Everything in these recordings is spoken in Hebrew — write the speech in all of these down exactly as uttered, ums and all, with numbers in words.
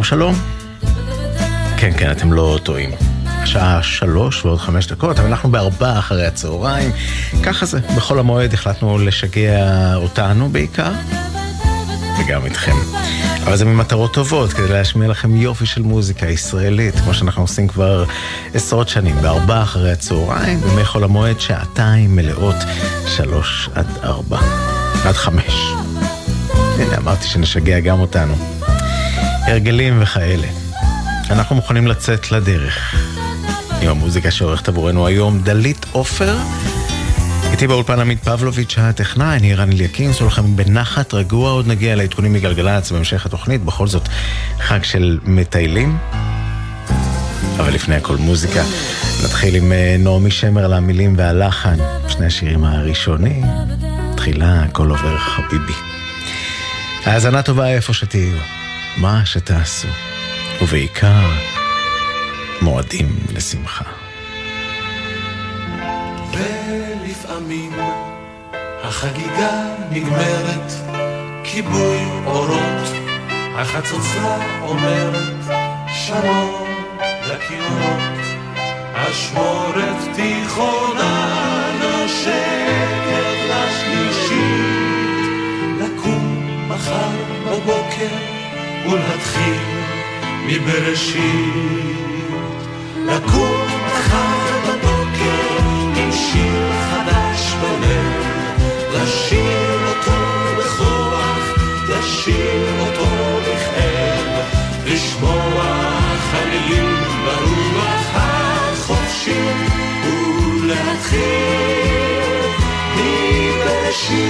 שלום. כן, כן, אתם לא טועים. השעה שלוש ועוד חמש דקות, אבל אנחנו בארבע אחרי הצהריים. ככה זה, בכל המועד החלטנו לשגע אותנו בעיקר, וגם איתכם. אבל זה ממטרות טובות, כדי להשמיע לכם יופי של מוזיקה ישראלית, כמו שאנחנו עושים כבר עשרות שנים, בארבע אחרי הצהריים, בימי חול המועד, שעתיים מלאות, שלוש עד ארבע, עד חמש. הנה, אמרתי שנשגע גם אותנו. הרגלים וכאלה. אנחנו מוכנים לצאת לדרך. עם המוזיקה שעורכת עבורנו היום, דלית אופר. איתי באולפן עמית פבלוביץ' הטכנאי, אני רן אליקים, סול לכם בנחת רגוע, עוד נגיע לעדכונים מגלגלצ בהמשך התוכנית, בכל זאת חג של מטיילים. אבל לפני הכל מוזיקה, נתחיל עם נעמי שמר על המילים והלחן, שני השירים הראשונים, תחילה הכל עובר חביבי. האזנה טובה איפה שתהיו, מה שתעשו, ובעיקר מועדים לשמחה. ולפעמים החגיגה נגמרת, כיבוי אורות, החצוצרה אומרת שלום לכינורות, אשמורת תיכונה נושקת לשלישית, לקום מחר בבוקר ולהתחיל מבראשית, לקום מחר בבוקר עם שיר חדש בלב, לשיר אותו בכוח, לשיר אותו בכאב, לשמוע חלילים ברוח החופשית ולהתחיל מבראשית,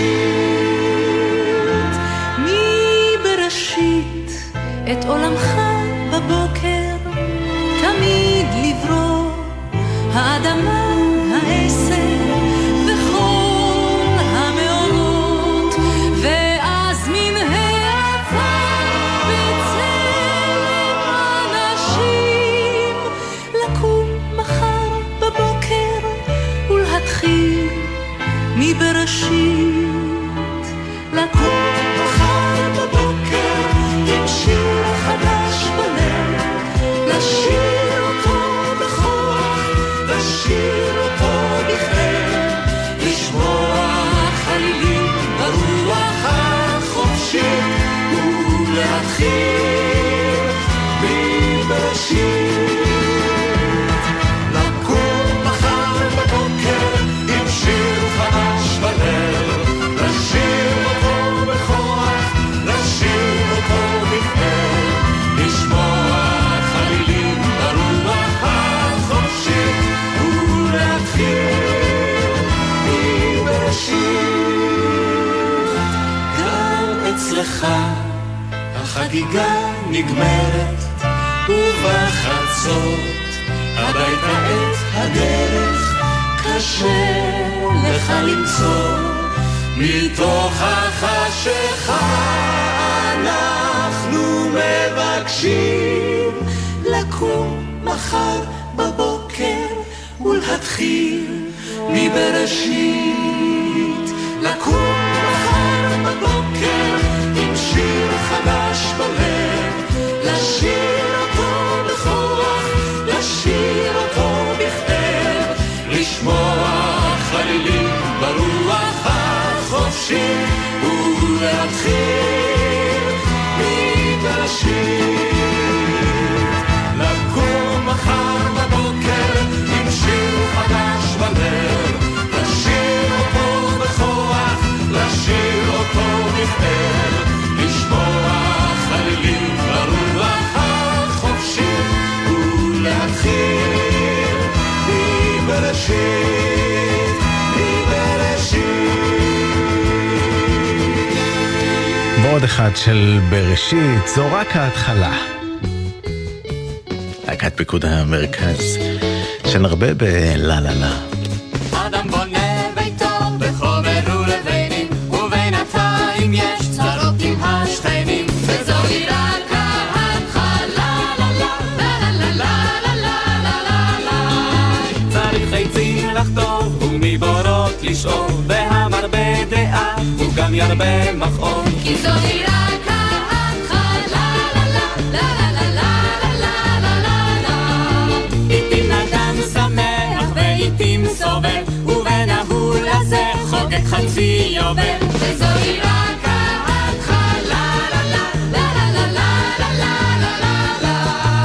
מבראשית את עולמך בבוקר תמיד לברוא, האדמה, העשר וכל המאורות, ואז מן העפר בצלם אנשים, לקום מחר בבוקר ולהתחיל מבראשית, לקום מחר בבוקר עם שיר חדש בלב, לשיר אותו בכוח, לשיר אותו בכאב, לשמוע חלילים ברוח החופשית ולהתחיל מבראשית, לקום מחר בבוקר עם שיר חדש בלב, לשיר אותו בכוח, לשיר אותו בכאב, לשמוע חלילים ברוח החופשית ולהתחיל מבראשית. גם אצלך החגיגה נגמרת, ובחצות הביתה את הדרך קשה לך למצוא, מתוך החשיכה אנחנו מבקשים לקום מחר בבוקר ולהתחיל מבראשית, לקום מחר בבוקר עם שיר חדש בלב, לשיר אותו בכוח, לשיר אותו בכאב, לשמוע חלילים ברוח החופשית ולהתחיל מבראשית, לקום מחר בבוקר עם שיר חדש בלב, לשיר אותו בכוח, לשיר אותו בכאב, לשמוע חלילים ברוח החופשית ולהתחיל מבראשית, מבראשית. ועוד אחד של בראשית, זו רק ההתחלה. להקת פיקוד המרכז שנרבה בלה לה לה. אדם בונה ביתו בחומר ולבנים, ובינתיים יש צרות עם השכנים, וזוהי רק ההתחלה, לה לה לה לה לה לה לה. צריך חיצים לחטוב ומבורות לשאול, והמרבה דעה הוא גם ירבה מחור, כי זוהי רק ההתחלה, לה לה לה לה לה יובל, ובין ההול הזה חוגג חצי יובל. וזוהי רק ההתחלה, לה לה לה לה לה לה לה לה לה לה.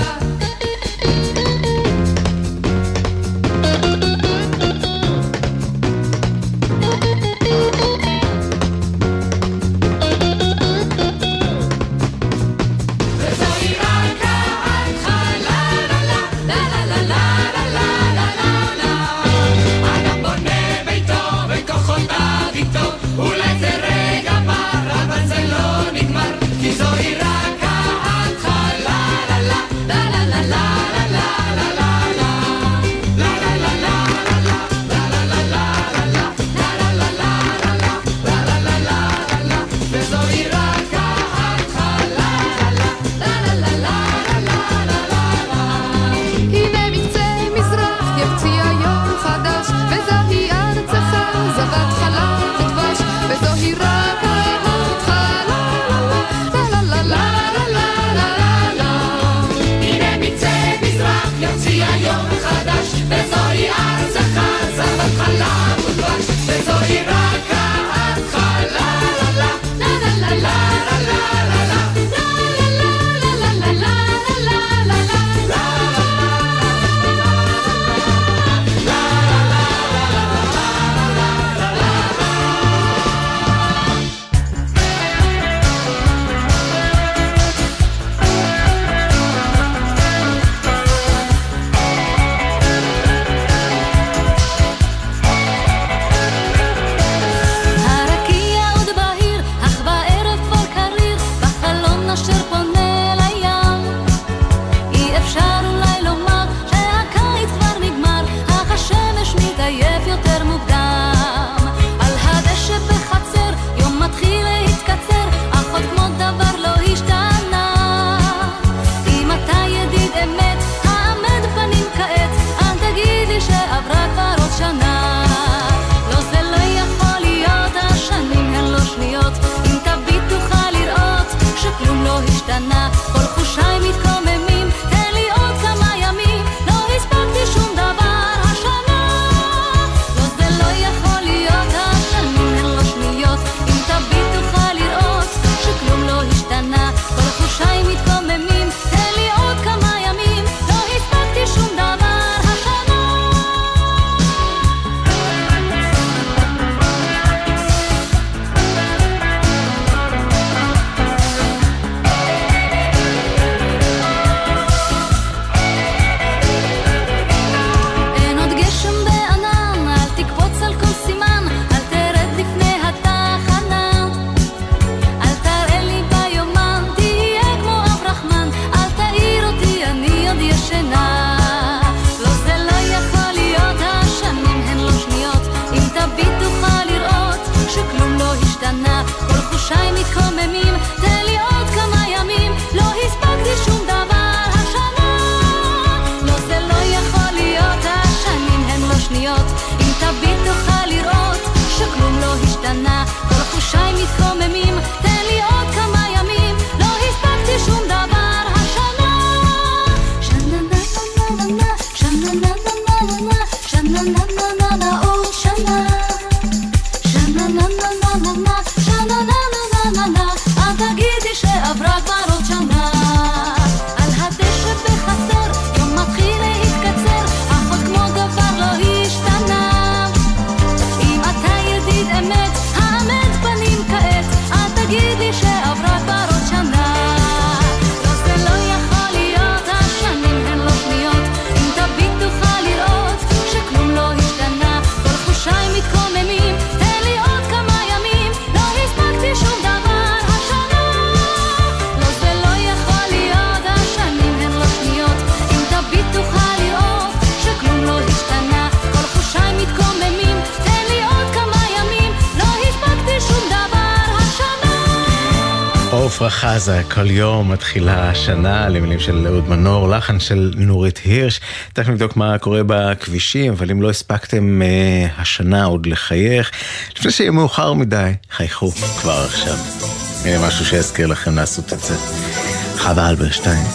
עפרה חזה, כל יום מתחילה השנה, למילים של אהוד מנור, לחן של נורית הירש. תכף נבדוק מה קורה בכבישים, אבל אם לא הספקתם אה, השנה עוד לחייך, לפני שיהיה מאוחר מדי, חייכו כבר עכשיו. הנה משהו שיזכיר לכם לעשות את זה. חווה אלברשטיין.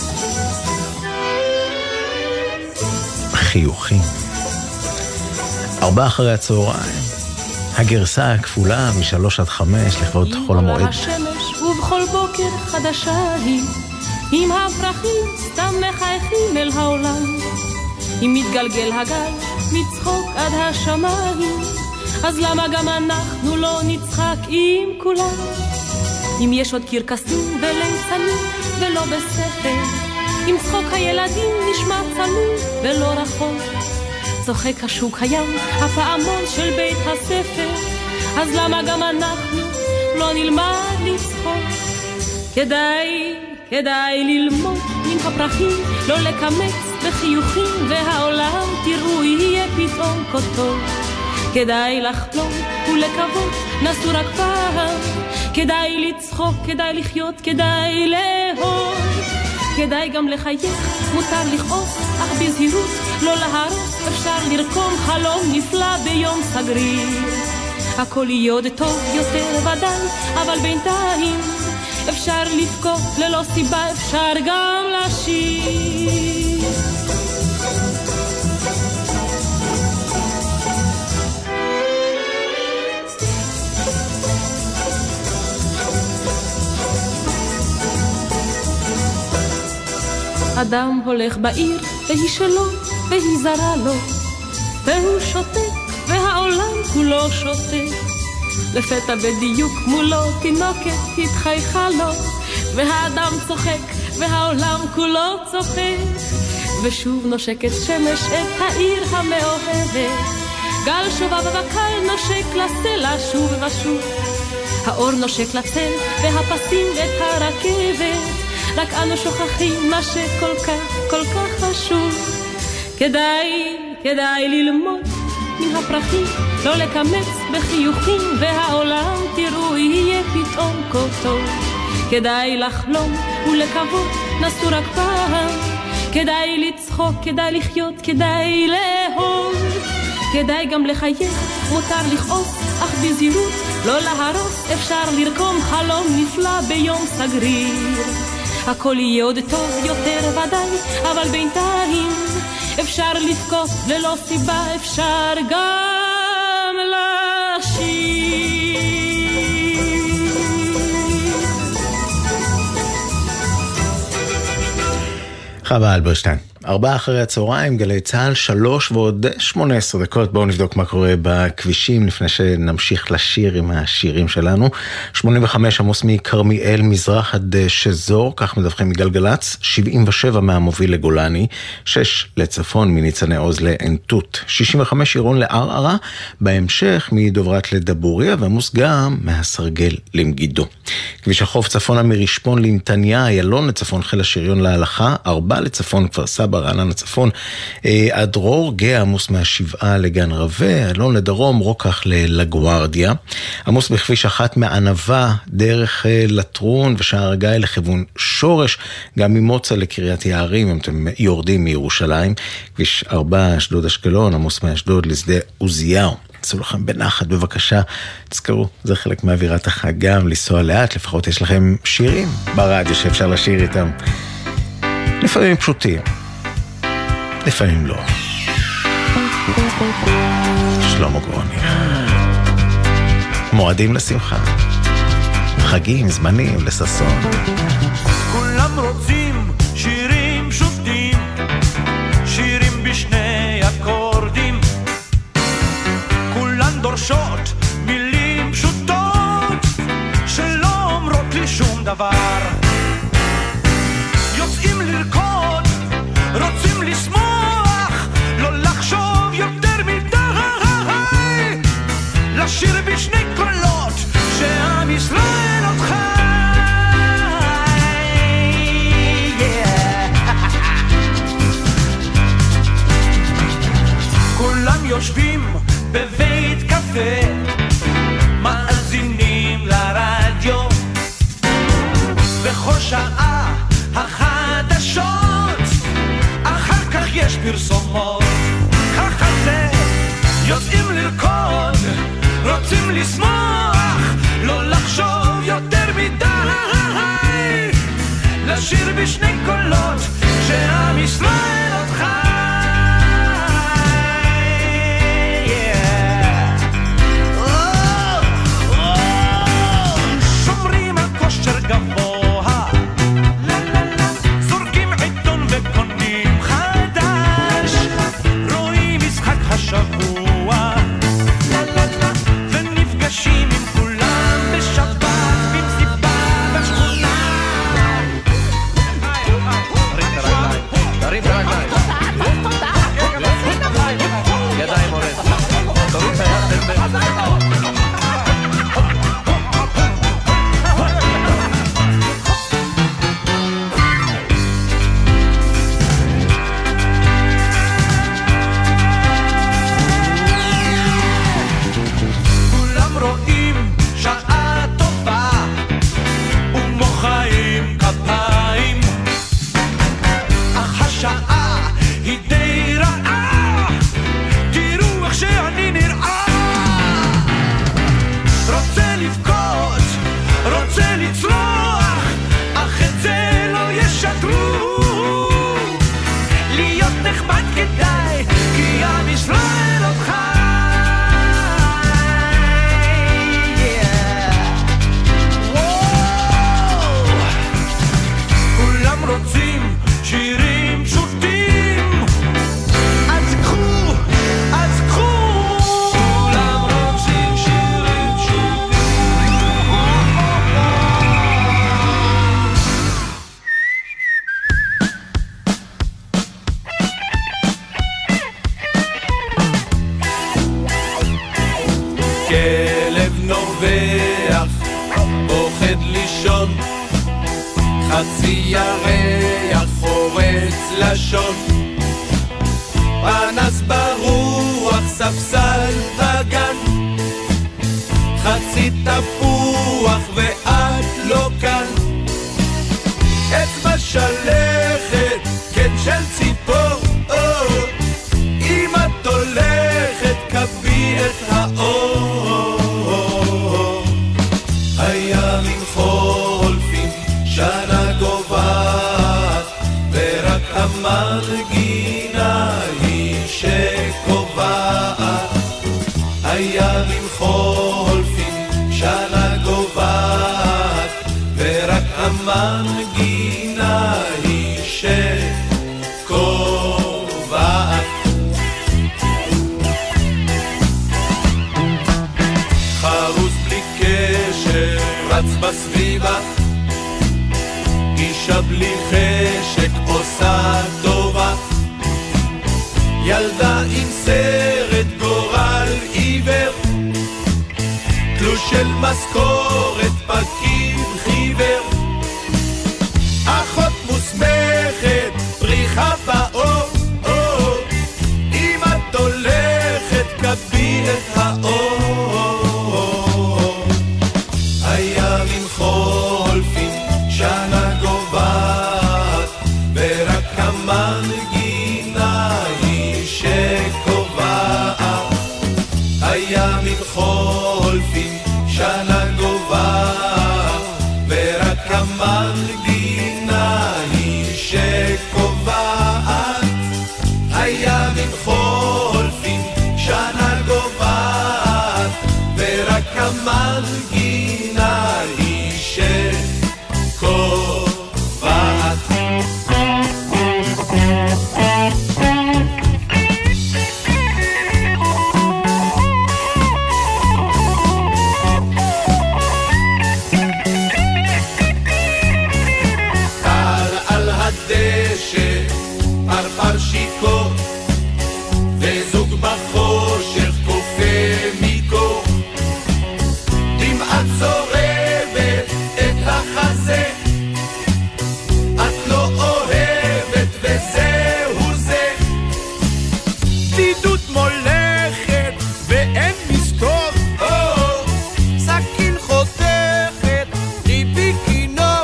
חיוכים. ארבע אחרי הצהריים, הגרסה הכפולה משלוש עד חמש לכבוד חול המועד. עם השמש ובכל בוקר חדשה היא, עם הפרחים סתם מחייכים אל העולם, אם מתגלגל הגל מצחוק עד השמיים, אז למה גם אנחנו לא נצחק עם כולם? אם יש עוד קרקסים וליצנים ולא בספר, אם צחוק הילדים נשמע צלול ולא רחוק, צוחק השוק הים, הפעמון של בית הספר, אז למה גם אנחנו לא נלמד לצחוק? כדאי, כדאי ללמוד מן הפרחים, לא לקמץ בחיוכים, והעולם תראו יהיה פתאום כה טוב. כדאי לחלום ולקוות, נסו רק פעם, כדאי לצחוק, כדאי לחיות, כדאי לאהוב, כדאי גם לחייך, מותר לכעוס, אך בזהירות, לא להרוס, אפשר לרקום חלום נפלא ביום סגריר. הכל יהיה עוד טוב יותר ודאי, אבל בינתיים אפשר לבכות ללא סיבה, אפשר גם לשיר. אדם הולך בעיר והיא שלו והיא זרה לו, והוא שותק והעולם כולו שותק, לפתע בדיוק מולו תינוקת התחייכה לו, והאדם צוחק והעולם כולו צוחק, ושוב נושקת שמש את העיר המאוהבת, גל שובב וקל נושק לסלע שוב ושוב, האור נושק לצל והפסים את הרכבת, רק אנו שוכחים מה שכל כך כל כך חשוב. כדאי, כדאי ללמוד מן הפרחים, לא לקמץ בחיוכים, והעולם תראו יהיה פתאום כה טוב. כדאי לחלום ולקוות, נסו רק פעם, כדאי לצחוק, כדאי לחיות, כדאי לאהוב, כדאי גם לחייך, מותר לכעוס, אך בזהירות, לא להרוס, אפשר לרקום חלום נפלא ביום סגריר. הכל יהיה עוד טוב יותר ודאי, אבל בינתיים אפשר לבכות ללא סיבה, אפשר גם לשיר. חווה אלברשטיין, ארבעה אחרי הצהריים, גלי צהל, שלוש ועוד שמונה עשרה דקות. בואו נבדוק מה קורה בכבישים לפני שנמשיך לשיר עם השירים שלנו. שמונים וחמש עמוס מקרמיאל מזרח עד שזור, כך מדווחים מגלגלץ. שבעים ושבע מהמוביל לגולני, שש לצפון מניצני עוז לענתות, שישים וחמש עירון לערערה, בהמשך מדוברת לדבוריה, ועמוס גם מהסרגל למגידו. כביש החוף צפונה מרשפון לנתניה, איילון לצפון חיל השריון להלכה, ארבע לצפון כפר סבא רעננה צפון עד דרור, גאה עמוס מהשבעה לגן רווה, אלון לדרום, רוקח ללגוארדיה, עמוס בכביש אחת מענבה דרך לטרון ושער הגיא לכיוון שורש, גם ממוצא לקריית יערים אם אתם יורדים מירושלים. כביש ארבע אשדוד אשקלון, עמוס מאשדוד לשדה עוזיהו. עשו לכם בנחת בבקשה, תזכרו, זה חלק מאווירת החג, גם לנסוע לאט, לפחות יש לכם שירים ברדיו שאפשר לשיר איתם, לפעמים פשוטים, לפעמים לא. שלמה גרוני, מועדים לשמחה, חגים, זמנים, לססון. כולם רוצים שירים פשוטים, שירים בשני אקורדים, כולן דורשות מילים פשוטות שלא אומרות לי שום דבר. יוצאים לרקוד, רוצים לשמוח, לא לחשוב יותר מדי, לשיר בשני קולות שעם ישראל עוד חי. כולם יושבים בבית קפה, מאזינים לרדיו, בכל שעה החדשות, אחר כך יש פרסומות, ככה זה, יוצאים לרקוד, רוצים לשמוח, לא לחשוב יותר מדי, לשיר בשני קולות שעם ישראל עוד חי. כלב נובח פוחד לישון, חצי ירח חורץ לשון, פנס ברוח ספסל בגן, חצי תפוח ואת לא כאן, אצבע שלכת כן של ציפור, אם את הולכת קבי את האור, הימים חולפים שנה גובעת ורק המנגינה היא שקובעת, הימים חולפים שנה גובעת ורק המנגינה היא שקובעת, חרוס בלי קשר רץ בסביבה, אישה בלי חשק עושה טובה, ילדה עם סרט גורל עיוור, תלוש של משכורת פקיד חיוור, אחות מוסמכת פריחה באור, אם את הולכת קבי את האור, הימים חולפים שנה גובעת ורק המנגינה היא שקובעת, הימים חולפים שנה גובעת ורק המנגינה היא שקובעת, הימים חולפים שנה גובעת ורק המנגינה היא שקובעת. פרפר שיקור וזוג בחושך קופה מקור, אם את צורבת את החזה את לא אוהבת וזהו זה, בידוד מולכת ואין מסתור, סכין חותכת ריבי כינור,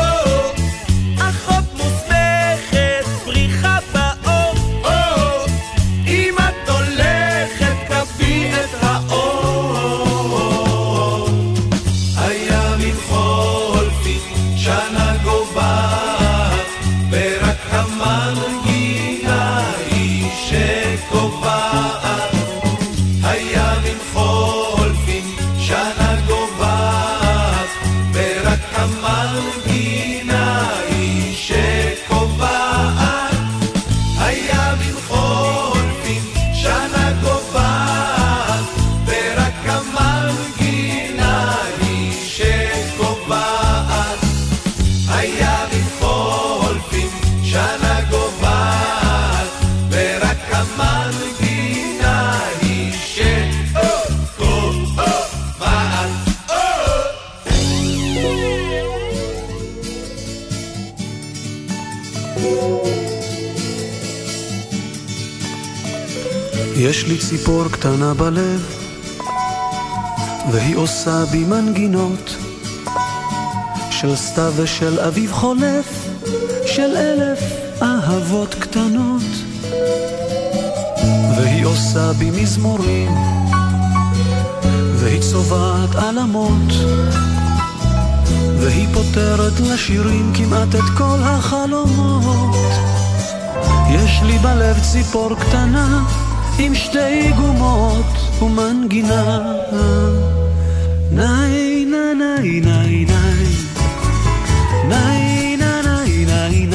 אחות מוסמכת פריחה באור, אם את הולכת קבי את האור, הימים חולפים שנה גובעת ורק המנגינה היא שקובעת, הימים חולפים שנה גובעת ורק המנגינה היא שקובעת, הימים חולפים שנה גובעת ורק המנגינה היא שקובעת, הימים חולפים שנה גובעת ורק המנגינה היא שקובעת. יש לי ציפור קטנה בלב והיא עושה בי מנגינות של סתיו ושל אביב חולף, של אלף אהבות קטנות, והיא עושה בי מזמורים והיא צובעת עלמות, והיא פותרת לשירים כמעט את כל החלומות. יש לי בלב ציפור קטנה עם שתי גומות ומנגינה, ניי ניי ניי ניי ניי ניי ניי ניי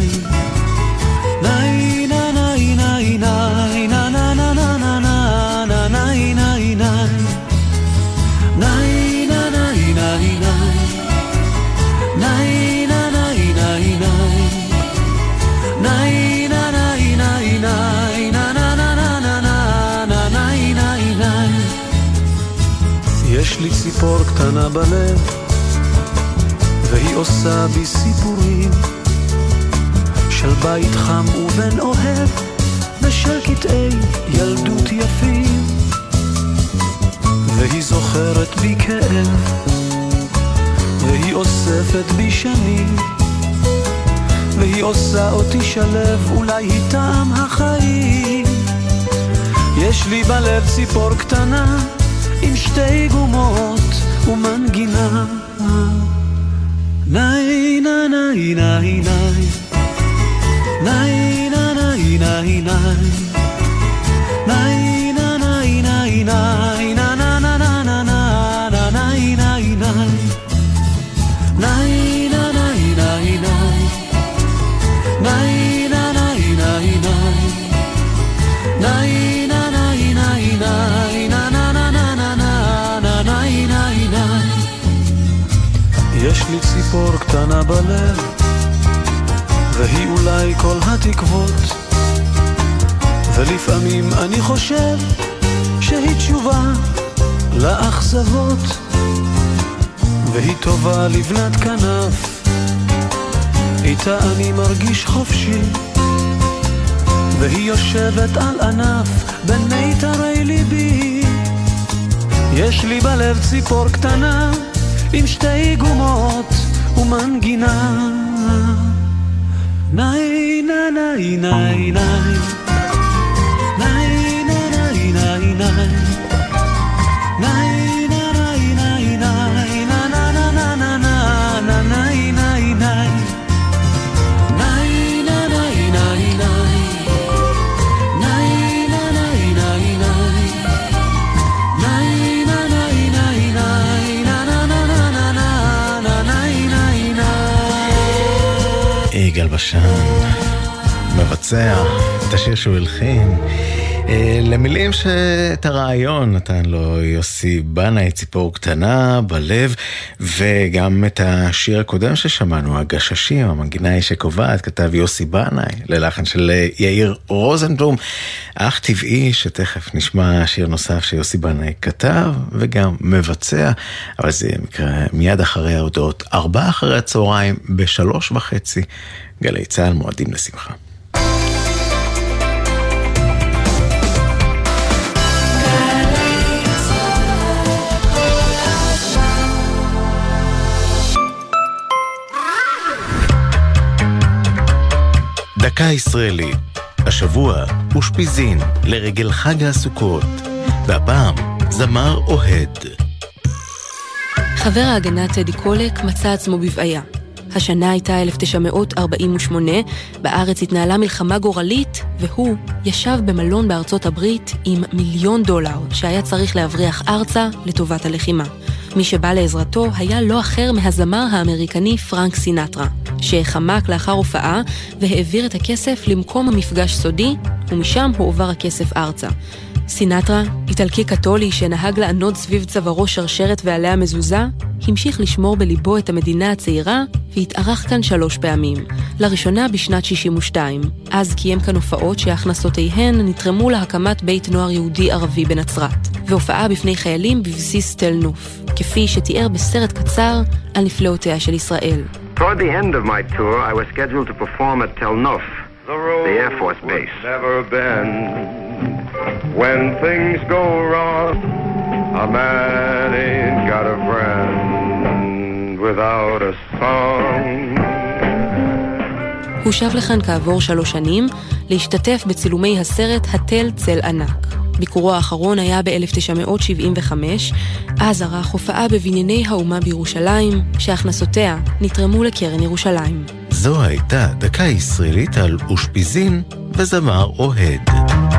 ניי ניי ניי ניי יש לי ציפור קטנה בלב, והיא עושה בי סיפורים של בית חם ובן אוהב, ושל קטעי ילדות יפים, והיא זוכרת בי כאב, והיא אוספת בי שנים, והיא עושה אותי שלב, אולי היא טעם החיים. יש לי בלב ציפור קטנה עם שתי גומות ומנגינה, נאי נאי נאי נאי נאי נאי נאי נאי נאי נאי נאי נאי יש לי ציפור קטנה בלב, והיא אולי כל התקוות, ולפעמים אני חושב שהיא תשובה לאכזבות, והיא טובה לבנת כנף, איתה אני מרגיש חופשי, והיא יושבת על ענף בין מיתרי ליבי. יש לי בלב ציפור קטנה עם שתי גומות ומנגינה, נאי נאי נאי נאי נאי נאי נאי נאי יגאל בשן מבצע את השיר שהוא הלחין למילים שאת הרעיון נתן לו יוסי בנאי, ציפור קטנה בלב, וגם את השיר הקודם ששמענו, הגששים, המנגינה שקובעת, כתב יוסי בנאי ללחן של יאיר רוזנבלום. אך טבעי שתכף נשמע שיר נוסף שיוסי בנאי כתב וגם מבצע, אבל זה מקרה מיד אחרי ההודעות, ארבע אחרי הצהריים בשלוש וחצי, גלי צהל מועדים לשמחה. דקה ישראלית, השבוע אושפיזין לרגל חג הסוכות, והפעם זמר אוהד. חבר ההגנה טדי קולק מצא עצמו בבעיה. השנה הייתה אלף תשע מאות ארבעים ושמונה, בארץ התנהלה מלחמה גורלית, והוא ישב במלון בארצות הברית עם מיליון דולר, שהיה צריך להבריח ארצה לטובת הלחימה. מי שבא לעזרתו היה לא אחר מהזמר האמריקני פרנק סינטרה, שחמק לאחר הופעה והעביר את הכסף למקום המפגש סודי, ומשם הועבר הכסף ארצה. סינטרה, איטלקי קתולי שנהג לענוד סביב צווארו שרשרת ועליה מזוזה, המשיך לשמור בליבו את המדינה הצעירה והתארח כאן שלוש פעמים. לראשונה בשנת שישים ושתיים. אז קיים כאן הופעות שהכנסותיהן נתרמו להקמת בית נוער יהודי ערבי בנצרת, והופעה בפני חיילים בבסיס תל נוף, כפי שתיאר בסרט קצר על נפלאותיה של ישראל. Toward the end of my tour, I was scheduled to perform at Tel Nof, the Air Force base. Never been when things go wrong. A man ain't got a friend without a song. הוא שב לכאן כעבור שלוש שנים להשתתף בצילומי הסרט התל צל ענק. ביקורו האחרון היה ב-אלף תשע מאות שבעים וחמש, אז ערך הופעה בבנייני האומה בירושלים, שהכנסותיה נתרמו לקרן ירושלים. זו הייתה דקה ישראלית על אושפיזין וזמר אוהד.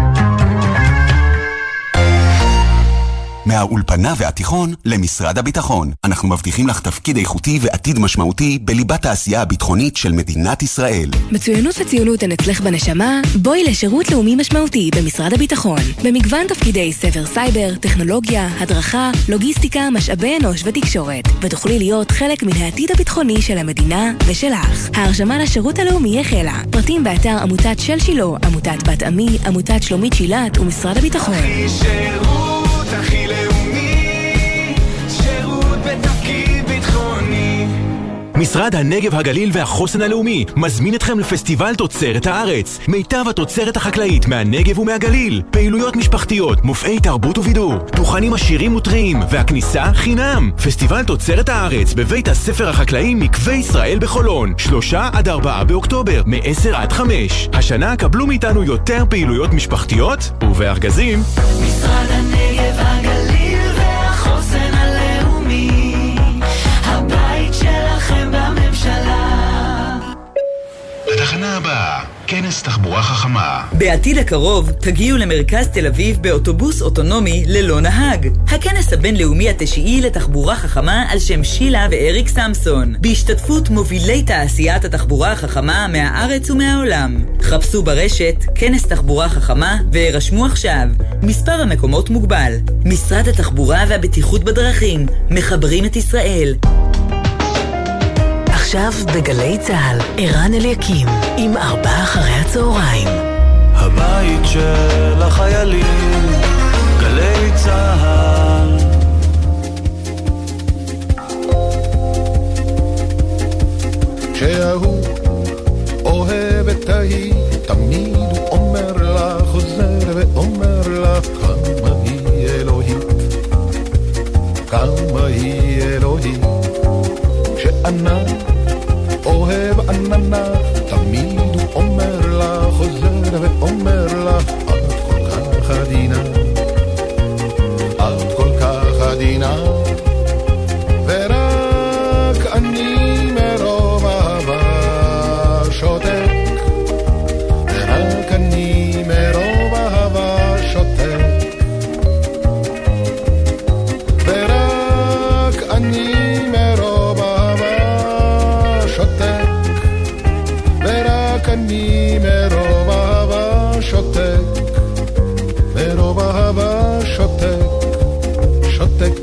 מהאולפנה והתיכון למשרד הביטחון. אנחנו מבטיחים לך תפקיד איכותי ועתיד משמעותי בליבת העשייה הביטחונית של מדינת ישראל. מצוינות וציונות הן אצלך בנשמה, בואי לשירות לאומי משמעותי במשרד הביטחון. במגוון תפקידי סבר סייבר, טכנולוגיה, הדרכה, לוגיסטיקה, משאבי אנוש ותקשורת. ותוכלי להיות חלק מן העתיד הביטחוני של המדינה ושלך. ההרשמה לשירות הלאומי החלה. פרטים באתר עמותת של שילה, עמותת בת עמי, עמותת שלומית שילת ומשרד הביטחון. הכי שירות, הכי לאומי, משרד הנגב, הגליל והחוסן הלאומי מזמין אתכם לפסטיבל תוצרת הארץ. מיטב התוצרת החקלאית מהנגב ומהגליל. פעילויות משפחתיות, מופעי תרבות ובידור, דוכנים עשירים וטריים, והכניסה חינם. פסטיבל תוצרת הארץ בבית הספר החקלאי מקווה ישראל בחולון, שלושה עד ארבעה באוקטובר, מ-עשר עד חמש. השנה קבלו מאיתנו יותר פעילויות משפחתיות ובארגזים. משרד הנגב, הגליל והחוסן הלאומי, הבית שלכם בממשלה. התחנה הבאה, כנס תחבורה חכמה. בעתיד הקרוב תגיעו למרכז תל אביב באוטובוס אוטונומי ללא נהג. הכנס הבינלאומי התשיעי לתחבורה חכמה על שם שילה ואריק סמסון, בהשתתפות מובילי תעשיית התחבורה החכמה מהארץ ומהעולם. חפשו ברשת כנס תחבורה חכמה והירשמו עכשיו. מספר המקומות מוגבל. משרד התחבורה והבטיחות בדרכים, מחברים את ישראל. עכשיו בגלי צהל, ערן אליקים, עם ארבע אחרי הצהריים. הבית של החיילים, גלי צהל. כשהוא אוהב את ההיא, תמיד הוא אומר לה, חוזר ואומר לה, כמה היא אלוהית, כמה היא אלוהית. כשענה אוהב עננה, תמיד הוא אומר לה, חוזר ואומר לה, את כל כך עדינה, את כל כך עדינה. ורק אני מרוב אהבה שותק, ורק אני מרוב אהבה שותק, ורק אני מרוב אהבה שותק, ורק אני מרוב אהבה שותק, מרוב אהבה שותק, שותק.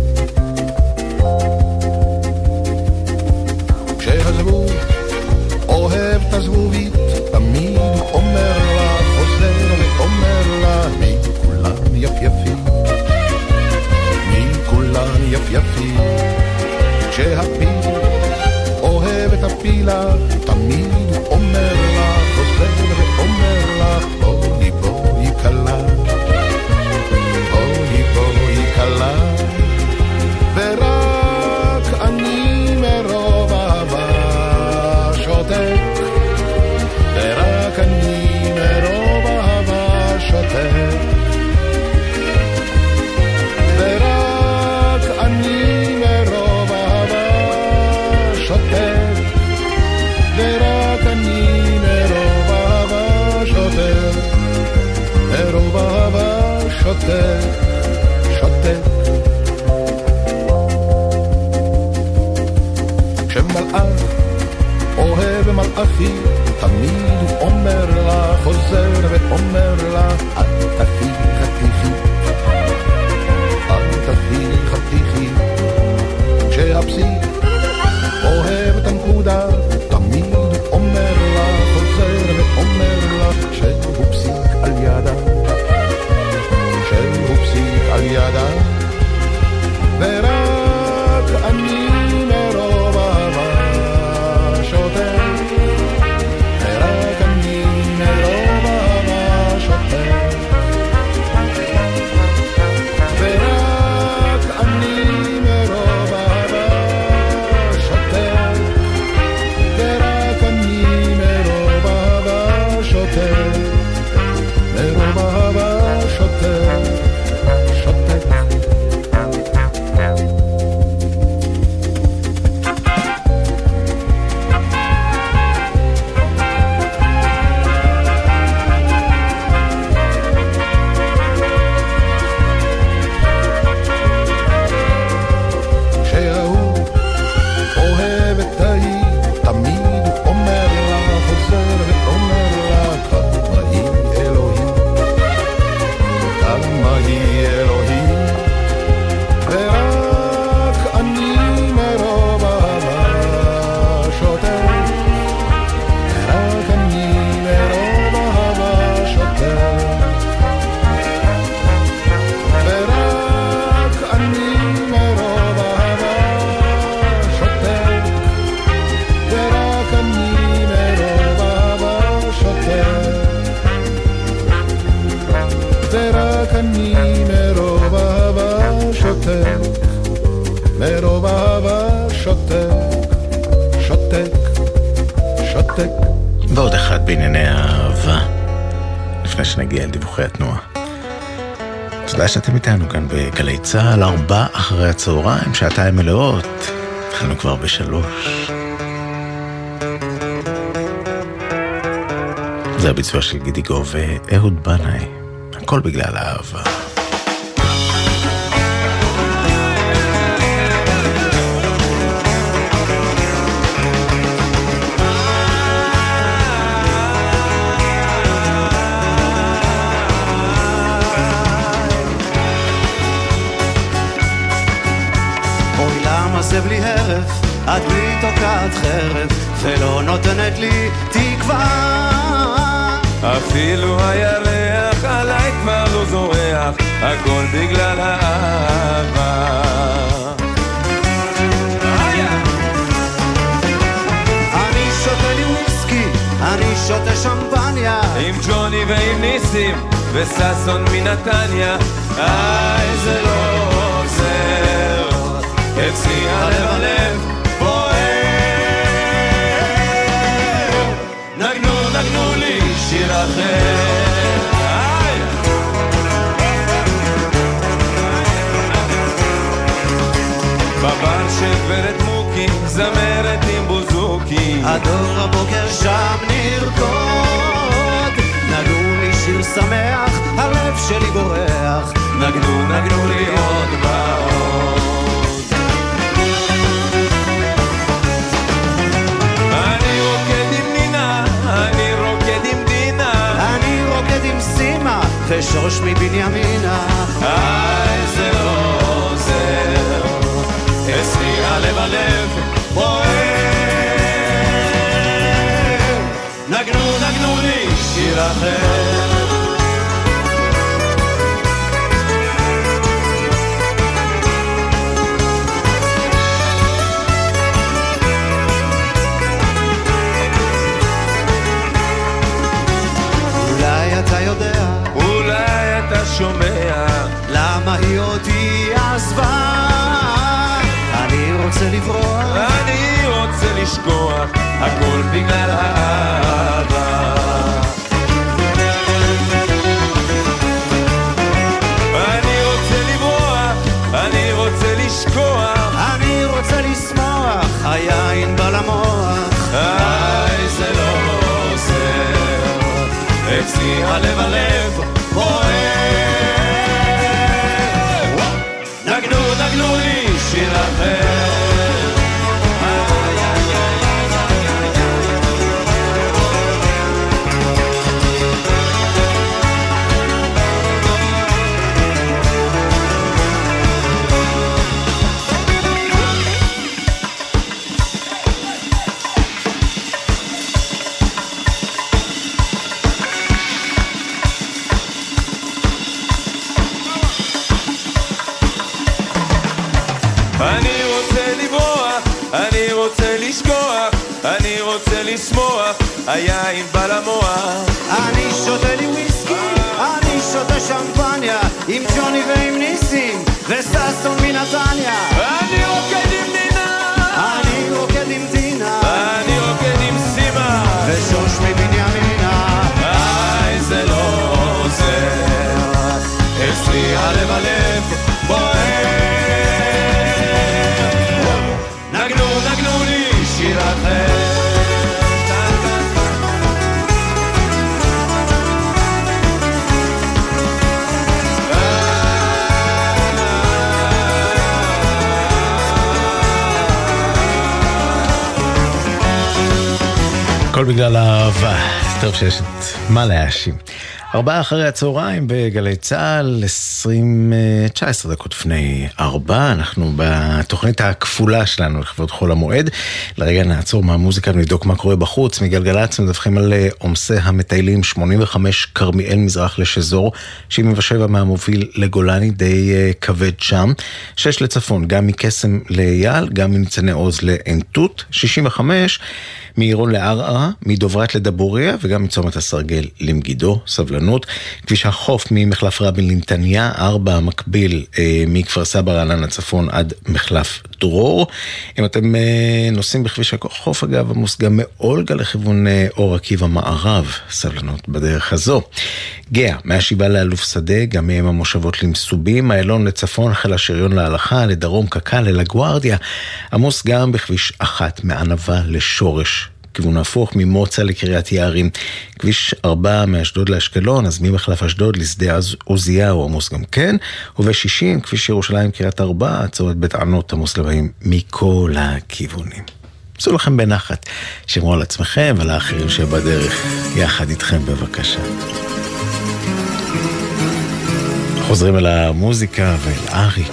כשהזבוב אוהב את הזבובית, תמיד הוא אומר לה, חוזר ואומר לה, מי כולם יפייפים, מי כולם יפייפים. כשהפיל אוהב את הפילה, תמיד הוא אומר לה, חוזר ואומר לה, בואי בואי קלה, בואי בואי קלה. ורק אני מרוב אהבה שותק, ורק אני מרוב אהבה שותק, ורק אני מרוב אהבה שותק, ורק אני מרוב אהבה שותק, מרוב אהבה שותק, שותק. כשמלאך אוהב מלאכי, תמיד הוא אומר לה, חוזר ואומר לה, אל תחי חתיכי, אל תחי חתיכי. כשהפסיק אוהב את הנקודה, תמיד הוא אומר לה, חוזר ואומר לה, שהוא פסיק על ידה, שהוא פסיק על ידה. ורק אני מרוב אהבה שותק, שותק, שותק, שותק. ועוד אחד בענייני האהבה, לפני שנגיע אל דיווחי התנועה. תודה שאתם איתנו כאן בגלי צהל, ארבע אחרי הצהריים, שעתיים מלאות, התחלנו כבר בשלוש. זה הביצוע של גידי גו ואהוד בנאי, הכל בגלל האהבה. זה בלי הרף, את בלי תוקעת חרב, ולא נותנת לי תקווה. אפילו הירח עליי כבר לא זורח, הכל בגלל האהבה. אני שותה לי וויסקי, אני שותה שמפניה, עם ג'וני ועם ניסים, וססון מנתניה. איי זה לא עוזר, אצלי הלב הלב בוער. נגנו נגנו לי שיר אחר. בבר של גברת מוקי, זמרת עם בוזוקי, הדור הבוקר שם נרקוד. נגנו לי שיר שמח, הלב שלי בורח. נגנו נגנו לי עוד ועוד. אני רוקד עם נינה, אני רוקד עם דינה, אני רוקד עם סימה ושוש מבנימינה. איי זה לא עוזר, אצלי הלב הלב בוער. נגנו נגנו לי שיר אחר. אתה יודע, אולי אתה שומע, למה היא אותי עזבה. אני רוצה לברוח, אני רוצה לשכוח, הכל בגלל האהבה. אני רוצה לברוח, אני רוצה לשכוח, אני רוצה לשמוח, היין בא למוח. איי זה לא עוזר, אצלי הלב הלב בוער. נגנו נגנו לי שיר אחר. אני רוצה לברוח, אני רוצה לשכוח, אני רוצה לשמוח, היין בא למוח. אני שותה לי וויסקי, אני שותה שמפניה, עם ג'וני ועם ניסים, וססון מנתניה. אני רוקד עם נינה, אני רוקד עם דינה, אני רוקד עם סימה, ושוש מבנימינה. איי זה לא עוזר, אצלי הלב הלב בוער. נגנו נגנו לי שיר אחר. הכל בגלל האהבה, טוב שיש את מה להאשים. ארבעה אחרי הצהריים בגלי צהל, עשרים, תשע עשרה דקות לפני ארבע, אנחנו בתוכנית הכפולה שלנו לכבוד חול המועד. לרגע נעצור מהמוזיקה ונבדוק מה קורה בחוץ. מגלגלצ מדווחים על עומסי המטיילים, שמונים וחמש כרמיאל מזרח לשזור, שבעים ושבע מהמוביל לגולני, די כבד שם, שש לצפון, גם מקסם לאייל, גם מניצני עוז לעין תות, שישים וחמש מעירון לערערה, מדוברת לדבוריה, וגם מצומת הסרגל למגידו, סבלנות. כביש החוף ממחלף רבין לנתניה, ארבע מקביל אה, מכפר סבא רעננה צפון עד מחלף דרור. אם אתם אה, נוסעים בכביש החוף, אגב, עמוס גם מאולגה לכיוון אה, אור עקיבא מערב, סבלנות בדרך הזו. גאה, מהשיבה לאלוף שדה, גם מהם המושבות למסובים, האלון לצפון, חיל השריון להלכה, לדרום קק"ל, לגוארדיה, עמוס גם בכביש אחת מענבה לשורש, כיוון הפוך ממוצא לקריית יערים, כביש ארבע מאשדוד לאשקלון, אז ממחלף אשדוד לשדה עוזיהו עמוס גם כן, וב-שישים כביש ירושלים קריית ארבע, צומת בית ענות עמוס לבאים מכל הכיוונים. עשו לכם בנחת, שמרו על עצמכם ועל האחרים שבדרך, יחד איתכם בבקשה. חוזרים אל המוזיקה ואל אריק,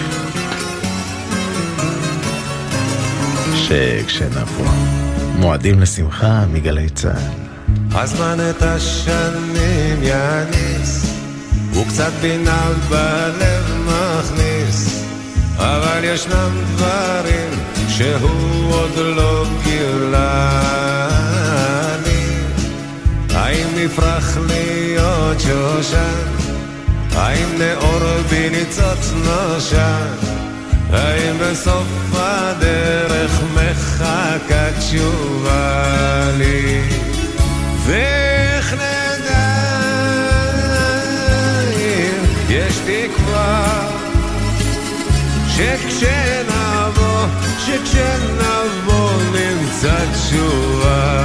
שכשנבוא מועדים לשמחה מגלי צהל. הזמן את השנים יניס, וקצת בינה בלב מכניס, אבל ישנם דברים שהוא עוד לא גילה לי. האם נפרח להיות שושן, האם נאור בניצוץ נושן, האם בסוף הדרך מחכה תשובה לי, ואיך נדע אם יש תקווה שכשנבוא, שכשנבוא נמצא תשובה.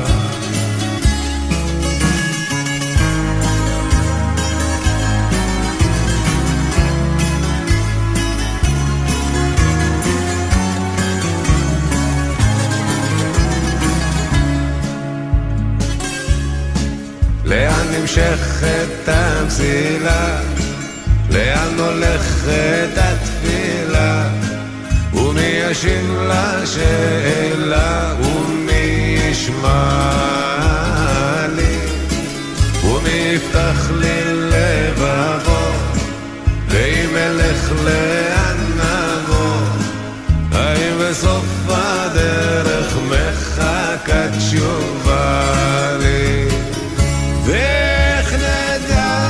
לאן נמשכת המסילה, לאן הולכת התפילה, ומי ישיב לשאלה, ומי ישמע לי, ומי יפתח לי לבבו, ואם אלך לאן נבוא, האם בסוף הדרך מחכה תשובה לי, ואיך נדע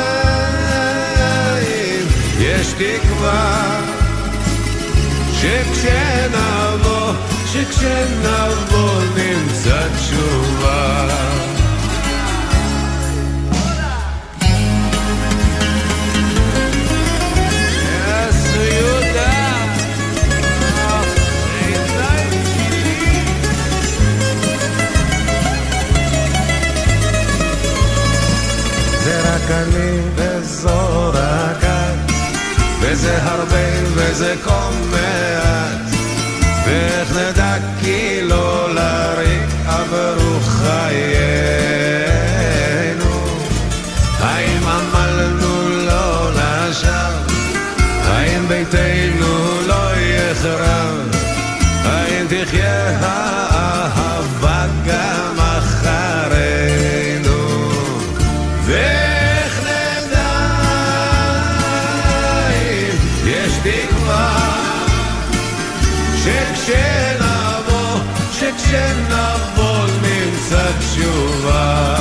אם יש תקווה שכשנבוא, שכשנבוא נמצא תשובה. אני וזו רק את, וזה הרבה וזה כה מעט, ואיך נדע כי לא לריק עברו חיינו, האם עמלנו לא לשווא, האם ביתנו לא יחרב, האם תחיה האהבה גם אחרינו, ואיך שכשנבוא, שכשנבוא נמצא תשובה.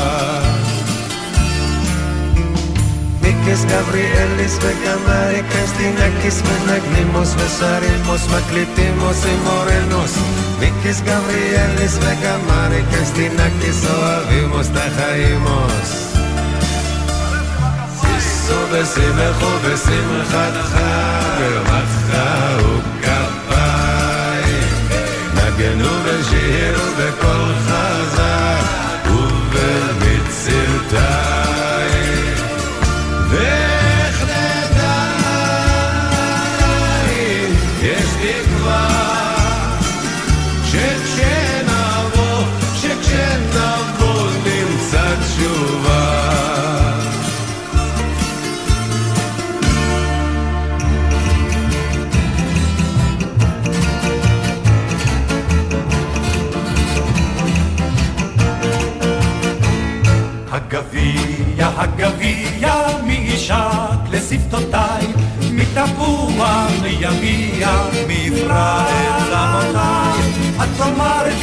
מיקס גבריאליס וגם אריקס טינקיס מנגנימוס ושרימוס מקליטימוס ומורנוס, מיקס גבריאליס וגם אריקס טינקיס אוהבימוס תחיימוס, שיסו ושמחו ושמחתך ומחך נגנו ושירו בכל חזק ובמצלתיים, ואיך נדע אם יש תקווה שכשנבוא, שכשנבוא נמצא תשובה. הגביע, הגביע, מי ישק לשפתותיי, מתפוח ליביע, מישראל זמותיי, את תאמר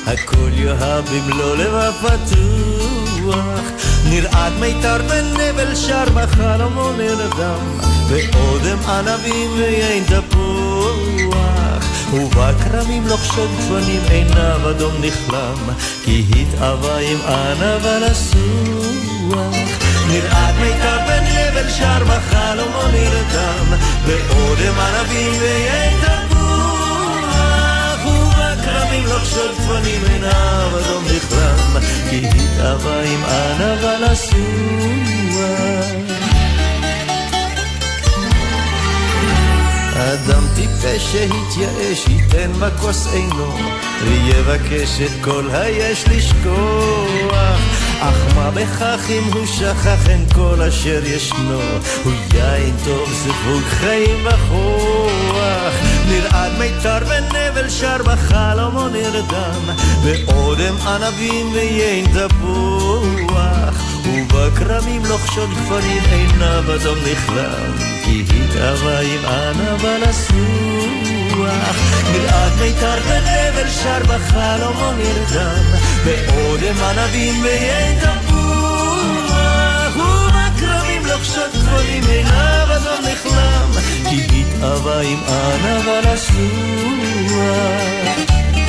הכל יאהב במלוא לב הפתוח. נרעד מיתר ונבל שר בחלומו נרדם, ואודם ענבים ויין תפוח, ובקרמים לוחשות גפנים עיניו אדום נכלם, כי התאווה עם ענבה לסוח. נרעד מיתר ונבל שר בחלומו נרדם, ואודם ענבים ויין תפוח, ובקרמים לוחשות גפנים עיניו אדום נכלם, כי התאווה עם ענבה לסוח. אדם טיפש שהתייאש ייתן מכוס עינו, ויבקש את כל היש לשכוח. אך מה בכך אם הוא שכח אין כל אשר ישנו, הוא יין טוב זבוג חיים בכוח. נרעד מיתר ונבל שר בחלומו נרדם, ואודם ענבים ויין תפוח, ובקרמים לוחשות גפנים עיניו אדום נכלם, כי התאווה עם ענבה לסוח. נרעד מיתר ונבל שר בחלומו נרדם, ואודם ענבים ויין תפוח, ובקרמים לוחשות גפנים עיניו אדום נכלם, כי התאווה עם ענבה לסוח.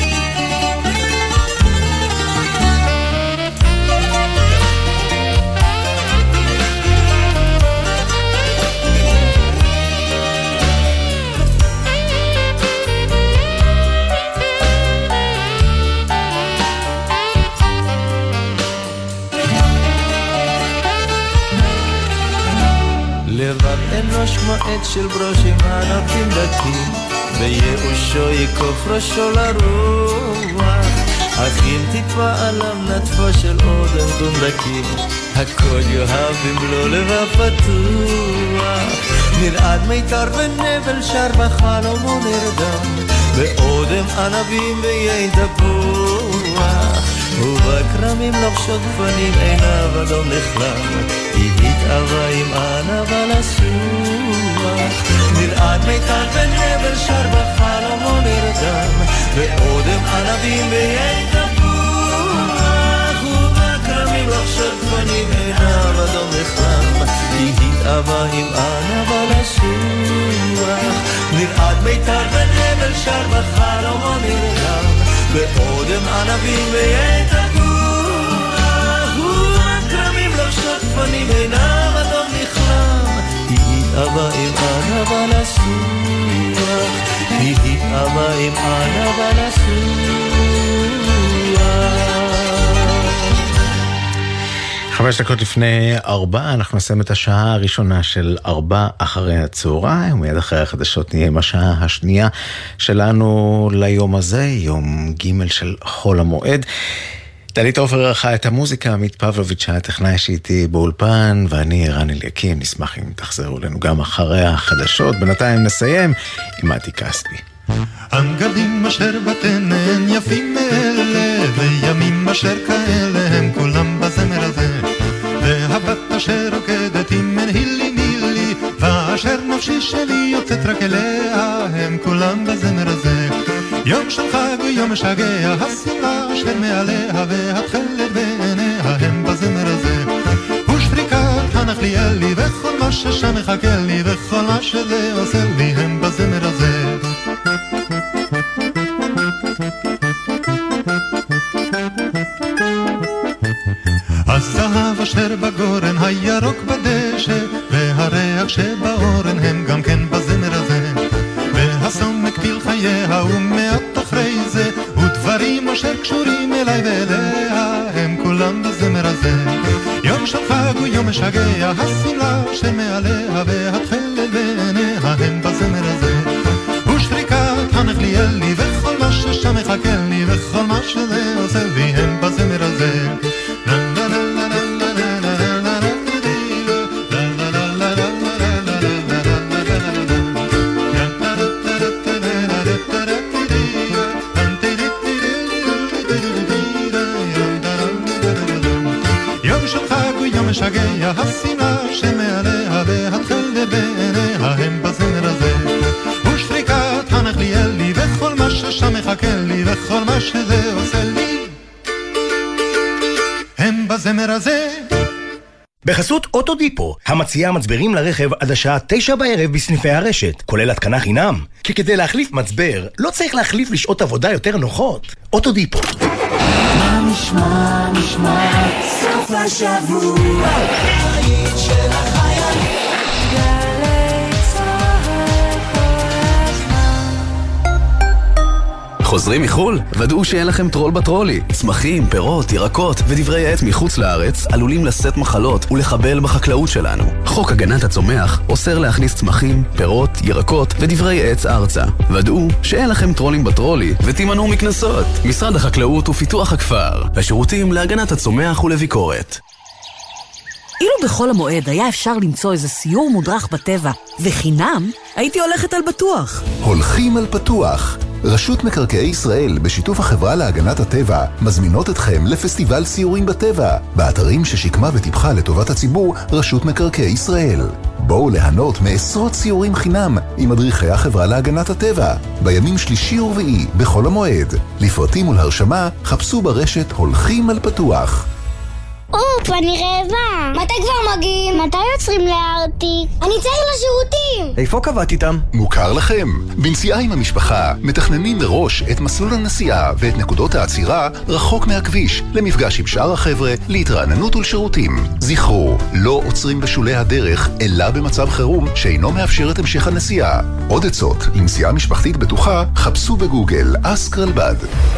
לבב אנוש כמו עץ של ברושים ענפים דקים, וייאושו יקוף ראשו לרוח. אך אם תטבע עליו נטפו של אודם דונדקים, הכל יאהב במלוא לבב פתוח. נרעד מיתר ונבל שר בחלומו נרדם, ואודם ענבים ויין תפוח, ובקרמים לוחשות גפנים עיניו אדום נכלם, כי התאווה עם ענבה לסוח. נרעד מיתר ונבל שר בחלומו נרדם, ואודם ענבים ויין תפוח, ובקרמים לוחשות גפנים עיניו אדום נכלם, כי התאווה עם ענבה לסוח. נרעד מיתר ונבל שר בחלומו נרדם, ואודם ענבים ויין תפוח, ובקרמים לוחשות גפנים עיניו אדום נכלם, כי התאווה עם ענבה לסוח, כי התאווה עם ענבה לסוח. חמש דקות לפני ארבע, אנחנו נסיים את השעה הראשונה של ארבע אחרי הצהריים, ומיד אחרי החדשות נהיה עם השעה השנייה שלנו ליום הזה, יום ג' של חול המועד. דלית עופר ערכה את המוזיקה, עמית פבלוביץ' הטכנאי שאיתי באולפן, ואני ערן אליקים. נשמח אם תחזרו לנו גם אחרי החדשות. בינתיים נסיים עם מתי כספי. הנגדים אשר בתנן יפים מאלה, וימים אשר כאלה הם כולם בזמר הזה, והבת אשר רוקדת עם מנהילי מילי, ואשר נפשי שלי יוצאת רק אליה, הם כולם בזמר הזה. יום של חג ויום משגע, השמלה אשר מעליה והתכלת בעיניה, הם בזמר הזה. ושפריקת הנחליאלי וכל מה ששם מחכה לי, וכל מה שזה עושה לי, הם בזמר הזה. הזהב אשר בגורן, הירוק בדשא, והריח שבאורן, הם גם כן בזמר הזה. והסומק פיל חייה ומעט אחרי זה, ודברים אשר קשורים אליי ואליה, הם כולם בזמר הזה. יום של חג ויום משגע, השמלה שמעליה והתכלת בעיניה, הם בזמר הזה. ושפריקת הנחליאלי וכל מה ששם מחכה לי, וכל מה שזה עושה לי, הם בזמר הזה. משגע, השמלה שמעליה והתכלת בעיניה, הם בזמר הזה. ושפריקת הנחליאלי וכל מה ששם מחכה לי, וכל מה שזה עושה לי, בזמר הזה. בחסות אוטודיפו, המציעה מצברים לרכב עד השעה תשע בערב בסניפי הרשת, כולל התקנה חינם. כי כדי להחליף מצבר, לא צריך להחליף לשעות עבודה יותר נוחות. אוטודיפו. מה נשמע, נשמע, סוף השבוע, היית של החיילים. חוזרים מחול? ודאו שאין לכם טרול בטרולי. צמחים, פירות, ירקות ודברי עץ מחוץ לארץ עלולים לשאת מחלות ולחבל בחקלאות שלנו. חוק הגנת הצומח אוסר להכניס צמחים, פירות, ירקות ודברי עץ ארצה. ודאו שאין לכם טרולים בטרולי ותימנעו מכנסות. משרד החקלאות ופיתוח הכפר. השירותים להגנת הצומח ולביקורת. אילו בכל המועד היה אפשר למצוא איזה סיור מודרך בטבע וחינם, הייתי הולכת על בטוח. הולכים על פתוח. רשות מקרקעי ישראל בשיתוף החברה להגנת הטבע מזמינות אתכם לפסטיבל סיורים בטבע באתרים ששיקמה וטיפחה לטובת הציבור רשות מקרקעי ישראל. בואו ליהנות מעשרות סיורים חינם עם מדריכי החברה להגנת הטבע בימים שלישי ורביעי בכל המועד. לפרטים ולהרשמה חפשו ברשת הולכים על פתוח. אופ, אני רעבה. מתי כבר מגיעים? מתי יוצרים לארטיק? אני צריך לשירותים. איפה קבעת איתם? מוכר לכם. בנסיעה עם המשפחה מתכננים מראש את מסלול הנסיעה ואת נקודות העצירה רחוק מהכביש, למפגש עם שאר החבר'ה, להתרעננות ולשירותים. זכרו, לא עוצרים בשולי הדרך, אלא במצב חירום שאינו מאפשר את המשך הנסיעה. עוד עצות לנסיעה משפחתית בטוחה, חפשו בגוגל אסק רלב"ד.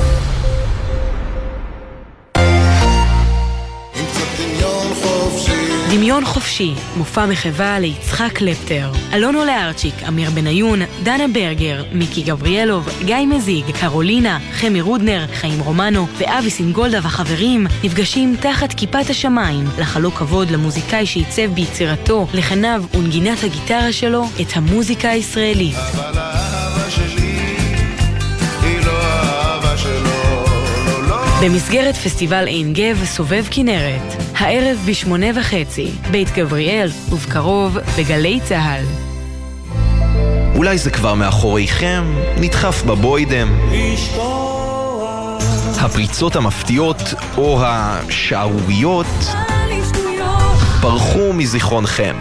דמיון חופשי, מופע מחווה ליצחק קלפטר. אלונו לארצ'יק, אמיר בניון, דנה ברגר, מיקי גבריאלוב, גיא מזיג, קרולינה, חמי רודנר, חיים רומנו ואבי סינגולדה וחברים נפגשים תחת כיפת השמיים לחלוק כבוד למוזיקאי שעיצב ביצירתו, לחניו ונגינת הגיטרה שלו את המוזיקה הישראלית. אבל האהבה שלי היא לא האהבה שלו, לא לא. במסגרת פסטיבל עין גב סובב כנרת, הערב בשמונה וחצי, בית גבריאל, ובקרוב בגלי צהל. אולי זה כבר מאחוריכם, נדחף בבוידם. הפריצות המפתיעות או השערוריות פרחו מזיכרונכם.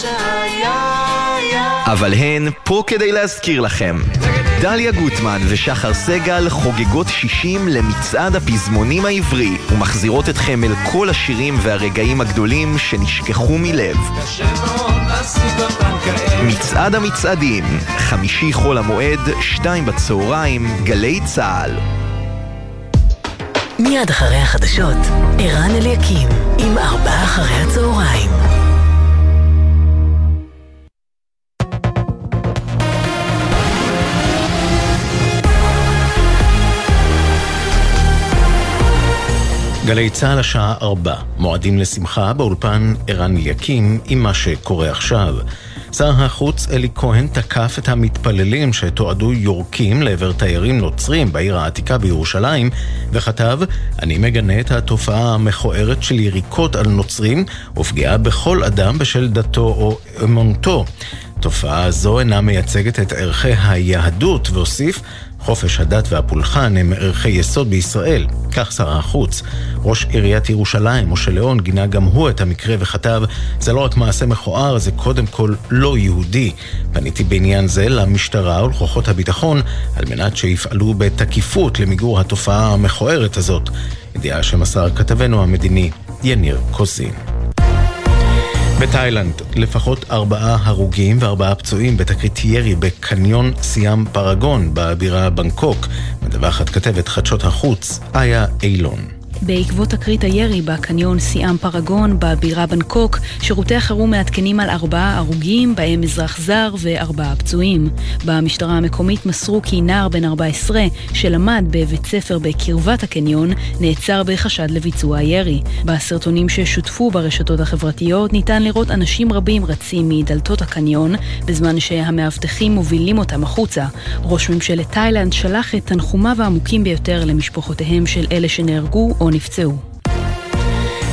אבל הן פה כדי להזכיר לכם. דליה גוטמן ושחר סגל חוגגות שישים למצעד הפזמונים העברי ומחזירות אתכם אל כל השירים והרגעים הגדולים שנשכחו מלב. מצעד המצעדים, חמישי חול המועד, שתיים בצהריים, גלי צהל. מיד אחרי החדשות, ערן אליקים עם ארבעה אחרי הצהריים. גלי צהל השעה ארבע, מועדים לשמחה באולפן ערן אליקים עם מה שקורה עכשיו. שר החוץ אלי כהן תקף את המתפללים שתועדו יורקים לעבר תיירים נוצרים בעיר העתיקה בירושלים וכתב, אני מגנה את התופעה המכוערת של יריקות על נוצרים ופגיעה בכל אדם בשל דתו או אמונתו. תופעה זו אינה מייצגת את ערכי היהדות, והוסיף, חופש הדת והפולחן הם ערכי יסוד בישראל. כך שר החוץ. ראש עיריית ירושלים, משה ליאון, גינה גם הוא את המקרה וכתב, זה לא רק מעשה מכוער, זה קודם כל לא יהודי. פניתי בעניין זה למשטרה ולכוחות הביטחון, על מנת שיפעלו בתקיפות למיגור התופעה המכוערת הזאת. ידיעה שמסר כתבנו המדיני, יניר קוזין. בתאילנד, לפחות ארבעה הרוגים וארבעה פצועים בתקרית ירי בקניון סיאם פרגון בבירה בנקוק, מדווחת כתבת חדשות החוץ, איה אילון. בעקבות תקרית הירי בקניון סיאם פרגון בבירה בנקוק, שירותי החירום מעדכנים על ארבעה הרוגים, בהם אזרח זר וארבעה פצועים. במשטרה המקומית מסרו כי נער בן ארבע עשרה שלמד בבית ספר בקרבת הקניון נעצר בחשד לביצוע הירי. בסרטונים ששותפו ברשתות החברתיות ניתן לראות אנשים רבים רצים מדלתות הקניון בזמן שהמאבטחים מובילים אותם החוצה. ראש ממשלת תאילנד שלח את תנחומיו העמוקים ביותר למשפחותיהם של אלה שנהרגו או נפצעו.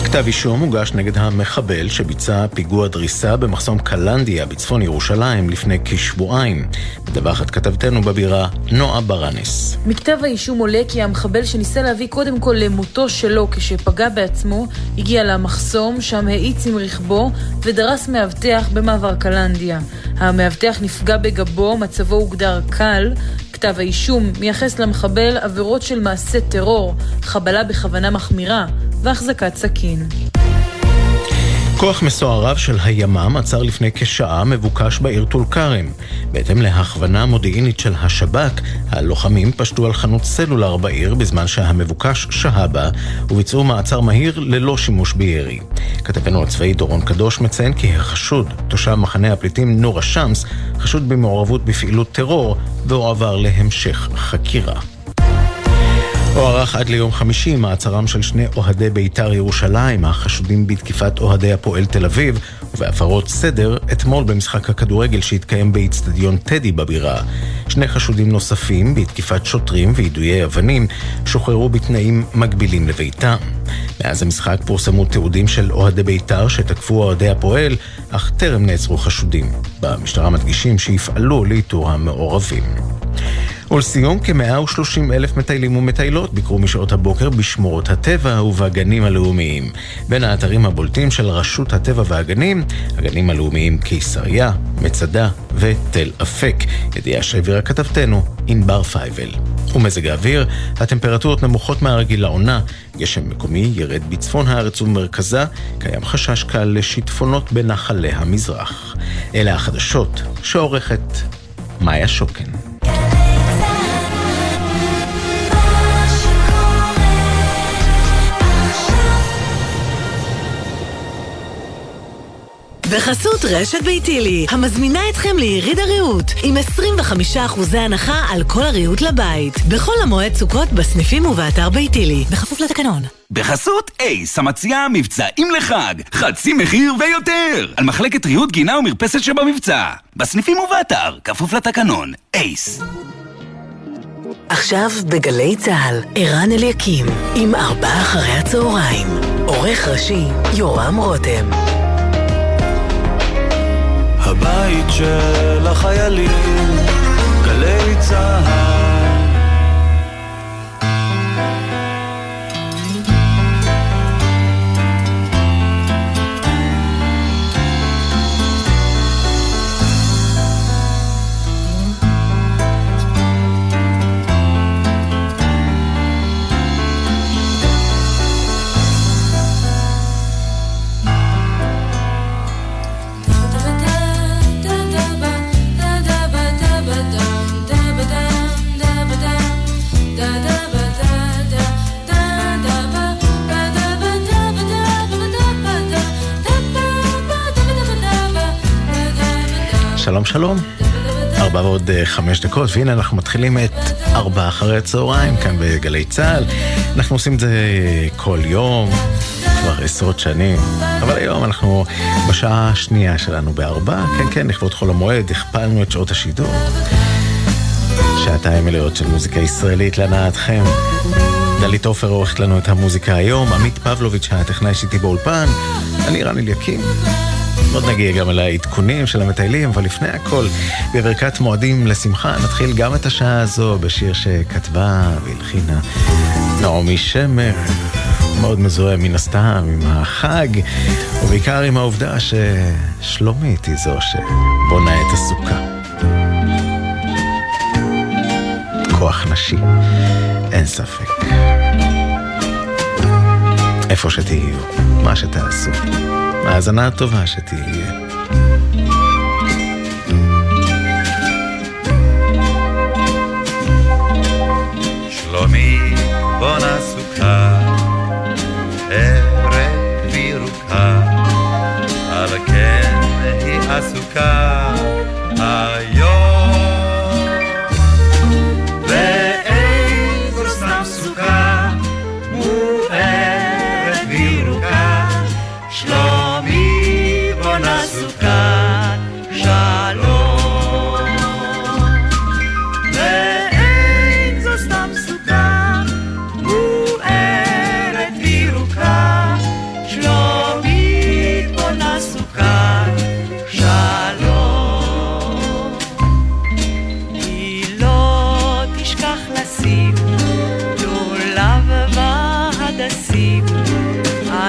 כתב אישום הוגש נגד המחבל שביצע פיגוע דריסה במחסום קלנדיה בצפון ירושלים לפני כשבועיים. מדווחת כתבתנו בבירה נועה ברנס. מכתב האישום עולה כי המחבל שניסה להביא קודם כל למותו שלו כשפגע בעצמו, הגיע למחסום, שם האיץ עם רכבו ודרס מאבטח במעבר קלנדיה. המאבטח נפגע בגבו, מצבו הוגדר קל. כתב האישום מייחס למחבל עבירות של מעשה טרור, חבלה בכוונה מחמירה והחזקת סכין. כוח מסוערב של הימ"מ עצר לפני כשעה מבוקש בעיר טול כרם. בהתאם להכוונה מודיעינית של השב"כ, הלוחמים פשטו על חנות סלולר בעיר בזמן שהמבוקש שהה בה, וביצעו מעצר מהיר ללא שימוש בירי. כתבנו הצבאי דורון קדוש מציין כי החשוד, תושב מחנה הפליטים נור השמס, חשוד במעורבות בפעילות טרור והועבר להמשך חקירה. הוארך עד ליום חמישי מעצרם של שני אוהדי בית"ר ירושלים החשודים בתקיפת אוהדי הפועל תל אביב ובהפרות סדר אתמול במשחק הכדורגל שהתקיים באצטדיון טדי בבירה. שני חשודים נוספים בתקיפת שוטרים ויידויי אבנים שוחררו בתנאים מגבילים לביתם. מאז המשחק פורסמו תיעודים של אוהדי בית"ר שתקפו אוהדי הפועל, אך טרם נעצרו חשודים. במשטרה מדגישים שיפעלו לאיתור המעורבים. ולסיום, כ-מאה ושלושים אלף מטיילים ומטיילות ביקרו משעות הבוקר בשמורות הטבע ובגנים הלאומיים. בין האתרים הבולטים של רשות הטבע והגנים, הגנים הלאומיים קיסריה, מצדה ותל אפק. ידיעה שהעבירה כתבתנו ענבר פייבל. ומזג האוויר, הטמפרטורות נמוכות מהרגיל לעונה, גשם מקומי ירד בצפון הארץ ובמרכזה, קיים חשש קל לשיטפונות בנחלי המזרח. אלה החדשות שעורכת מאיה שוקן. בחסות רשת ביתילי, המזמינה אתכם ליריד הריהוט, עם עשרים וחמישה אחוז הנחה על כל הריהוט לבית. בכל המועד סוכות בסניפים ובאתר ביתילי, בכפוף לתקנון. בחסות אייס, המציעה מבצעים לחג, חצי מחיר ויותר, על מחלקת ריהוט גינה ומרפסת שבמבצע. בסניפים ובאתר, כפוף לתקנון. אייס. עכשיו בגלי צהל, ערן אליקים, עם ארבעה אחרי הצהריים. עורך ראשי, יורם רותם. הבית של החיילים, גלי צהל. שלום שלום, ארבע ועוד חמש דקות, והנה אנחנו מתחילים את ארבע אחרי הצהריים כאן בגלי צהל. אנחנו עושים את זה כל יום, כבר עשרות שנים, אבל היום אנחנו בשעה השנייה שלנו בארבע, כן כן, לכבוד חול המועד, הכפלנו את שעות השידור. שעתיים מלאות של מוזיקה ישראלית להנאתכם. דלית עופר עורכת לנו את המוזיקה היום, עמית פבלוביץ' הטכנאי שיטי באולפן, אני רן אליקים. עוד נגיע גם על העדכונים של המטיילים, אבל לפני הכל, בברכת מועדים לשמחה, נתחיל גם את השעה הזו בשיר שכתבה והלחינה נעמי שמר, מאוד מזוהה מן הסתם עם החג, ובעיקר עם העובדה ששלומית היא זו שבונה את הסוכה. כוח נשי, אין ספק. איפה שתהיו, מה שתעשו. האזנה טובה שתהיה. שלומי בונה סוכה, ערב וירוקה, על כן היא עסוקה היום. ואין זו סתם סוכה, מוארת וירוקה, שלומי בונה סוכה, שלום. ואין זו סתם סוכה, מוארת וירוקה, שלומי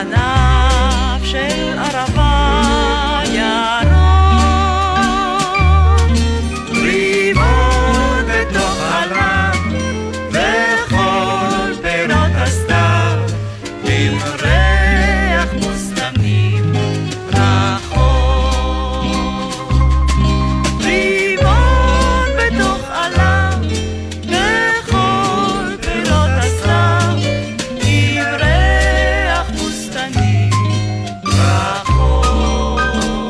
ענף של ערבה ירוק, רימון בתוך ענף וכל פירות הסתיו עם ריח מוסתמים רחוק, רימון בתוך ענף וכל פירות הסתיו עם ריח מוסתמים רחוק.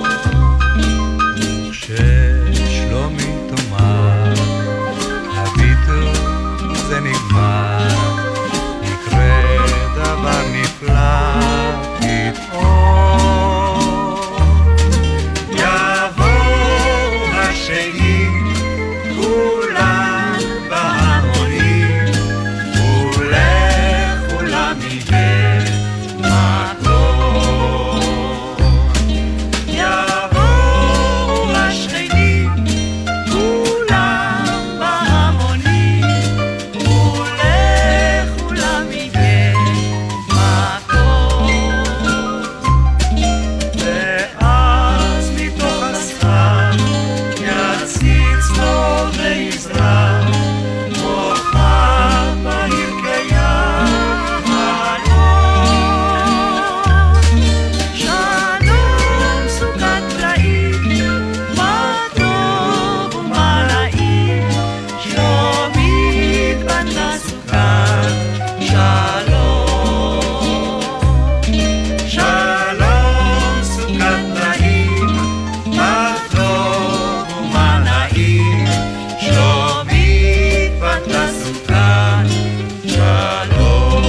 כששלומי תאמר הביטו זה נגמר, יקרה דבר נפלא פתאום, יבואו השאים כולם בהמונים ולכו למגן מקום, יבואו השכנים כולם בהמונים ולכו למגן מקום, ואז מתוך הסתיו יציץ לו ויזרח כוכב בהיר כיהלום, שלום סוכת פלאים, מה טוב ומה נעים, שלומית בנתה סוכת שלום, שלום סוכת פלאים, מה טוב ומה נעים, שלומית בנתה סוכת שלום.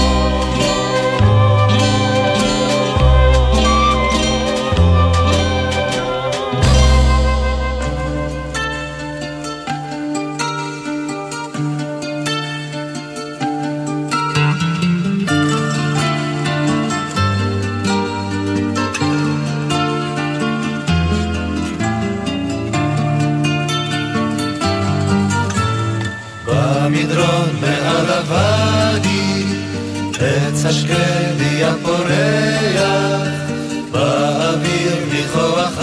במדרון מעל הוואדי עץ השקדי הפורח, באוויר ניחוח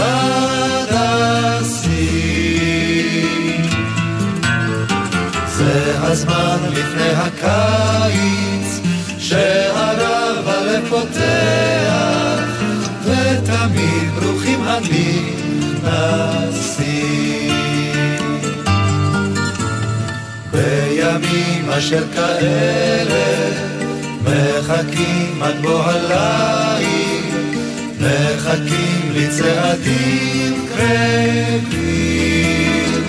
הדסים, זה הזמן לפני הקיץ שהרב הלב פותח, ותמיד ברוכים הנכנסים. בימים אשר כאלה מחכים עד בוא הליל, מחכים לצעדים קרבים,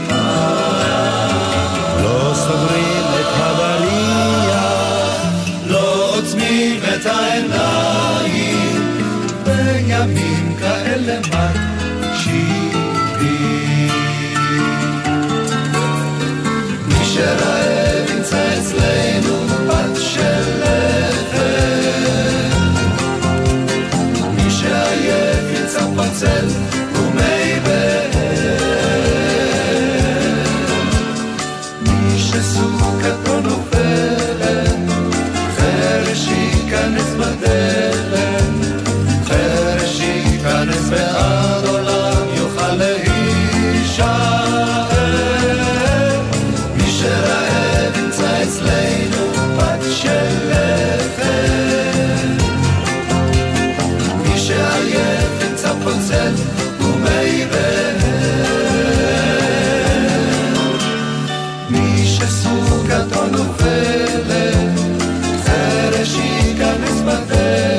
לא סוגרים את הבליח, לא עוצמים את העיניים, בימים כאלה מקשיבים. מי שרעב ימצא אצלנו בת של לחם, מי שעייף ימצא פרצל ומי בהר, מי שסוכתו נופלת חרש ייכנס בדלת, חרש ייכנס ועד עולם יוכל להישאר. מי שרעב ימצא אצלנו בת של לחם, מי שעייף ימצא פרצל ומי בהר, מי שסוכתו נופלת חרש ייכנס בדלת,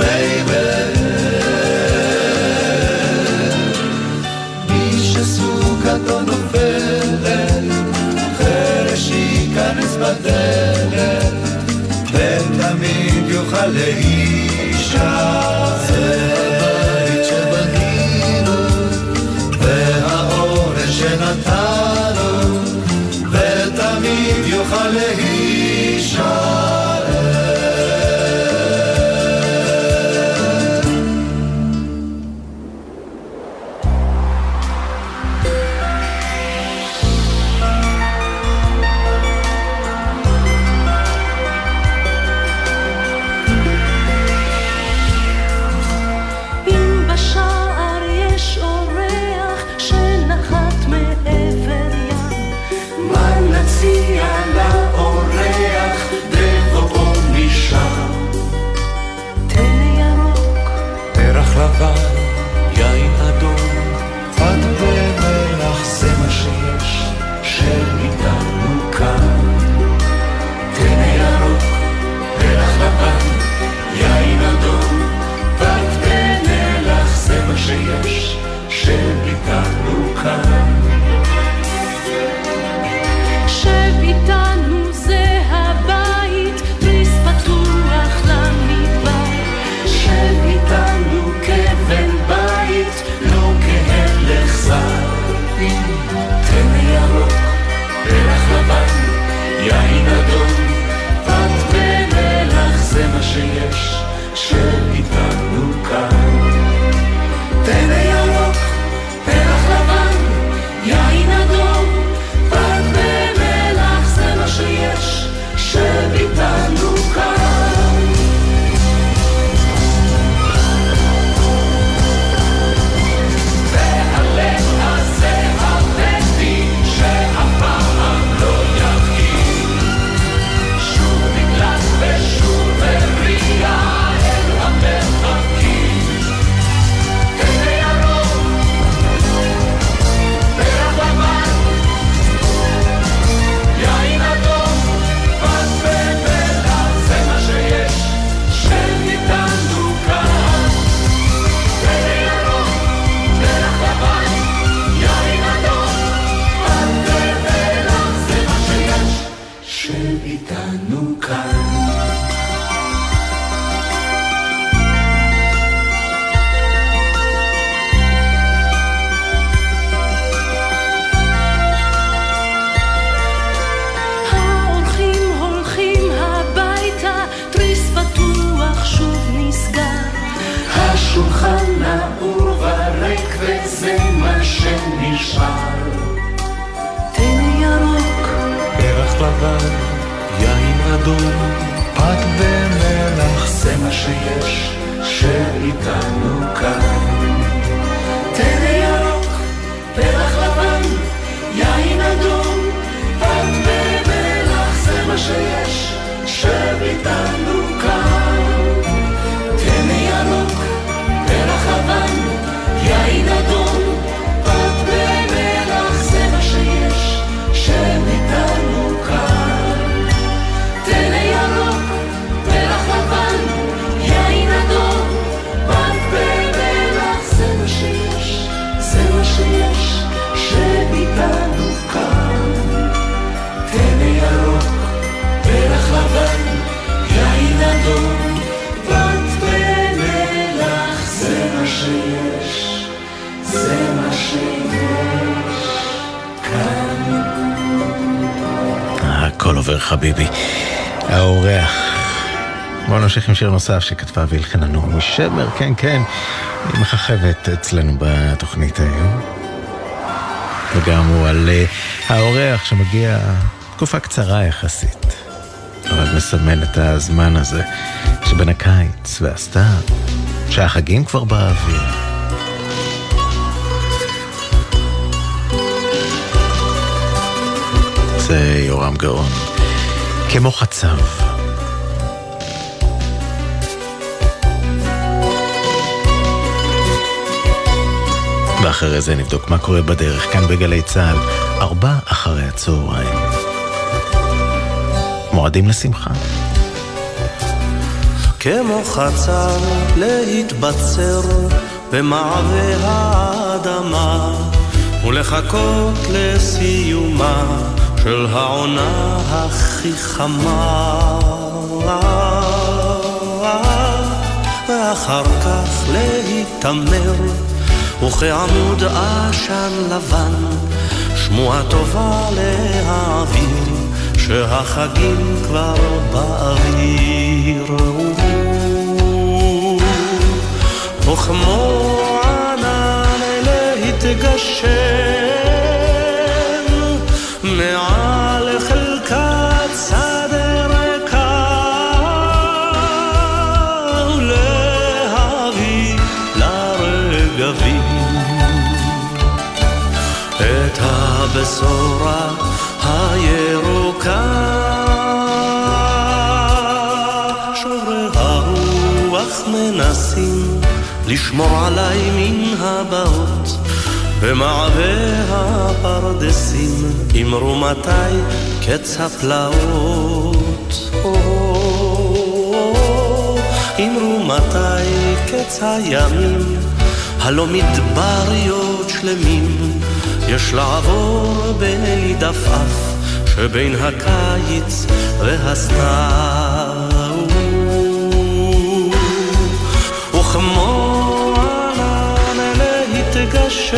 מי שסוכתו נופלת, חרש ייכנס בדלת, ותמיד יוכל להישאר. זה הבית שבנינו, והאורש שנתנו, ותמיד יוכל להישאר. יין אדום, פת ומלח, זה מה שיש, שאיתנו כאן. טנא ירוק, פרח לבן, יין אדום, פת ומלח, זה מה שיש, שאיתנו כאן. שב איתנו זה הבית, תריס פתוח למדבר. שב איתנו כבן בית, לא כהלך זר. טנא ירוק, פרח לבן, יין אדום, פת ומלח, זה מה שיש, שב איתנו כאן. טנא ירוק, פרח לבן, יין אדום, פת ומלח, זה מה שיש, שב איתנו כאן. והלב הזה הבאתי, שאף פעם לא יבהיר, שוב נגלת ושוב בריאה אל המרחקים. טנא ירוק, פרח לבן, יין אדום, פת ומלח, זה מה שיש, שניתנו כאן. טנא ירוק, פרח לבן, יין אדום, פת ומלח, זה מה שיש, שניתנו כאן. האורחים הולכים הביתה, תריס פתוח שוב נסגר. השולחן נעור וריק וזה מה שנשאר. טנא ירוק, פרח לבן, יין אדום, פת ומלח, זה מה שיש, שאיתנו כאן. טנא ירוק, פרח לבן, יין אדום, פת ומלח, זה מה שיש, שב איתנו כאן. טנא ירוק, פרח לבן, יין אדום, פת ומלח, זה מה שיש, שב איתנו כאן. טנא ירוק, פרח לבן, יין אדום, פת ומלח, זה מה שיש, זה מה שיש, שב איתנו כאן. טנא ירוק, פרח לבן, יין אדום, פת ומלח, זה מה שיש, זה מה שיש כאן. הכל עובר חביבי, האורח. בואו נמשיך עם שיר נוסף שכתבה והלחינה נעמי שמר, כן כן, היא מככבת אצלנו בתוכנית היום. וגם הוא על uh, האורח שמגיע תקופה קצרה יחסית, אבל מסמן את הזמן הזה שבין הקיץ והסתיו, שהחגים כבר באוויר. זה יורם גאון, כמו חצב. ואחרי זה נבדוק מה קורה בדרך כאן בגלי צהל, ארבע אחרי הצהריים. מועדים לשמחה. כמו חצר להתבצר במעבה האדמה ולחכות לסיומה של העונה הכי חמה ואחר כך להתאמר וכעמוד עשן לבן שמועה טובה להעביר שהחגים כבר באוויר וכמו ענן להתגשם מעל חלקת שדה ריקה ולהביא לרגבים את הבשורה הירוקה שוברי הרוח מנסים לשמור עליי מן הבאות במעבה הפרדסים אמרו מתי קץ הפלאות אמרו מתי קץ הימים הלא מדבריות שלמים יש לעבור בלי דפף שבין הקיץ והסתיו וכמו ענן להתגשם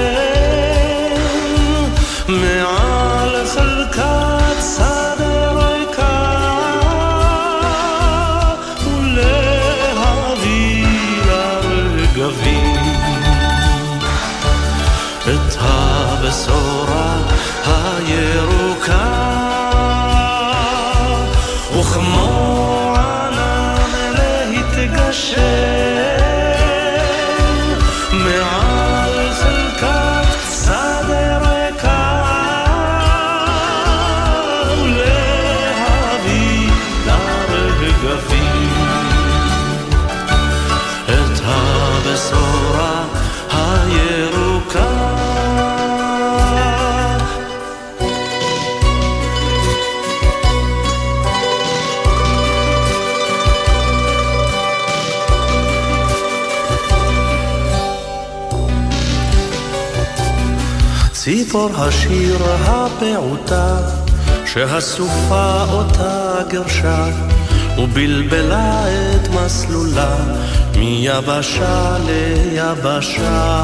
מעל חלקת שדה ריקה ולהביא לרגבים את הבשורה הירוקה וכמו ענן להתגשם מעל חלקת שדה ריקה ולהביא לרגבים את הבשורה הירוקה ציפור השיר הפעוטה שהסופה אותה גרשה ובלבלה את מסלולה מיבשה ליבשה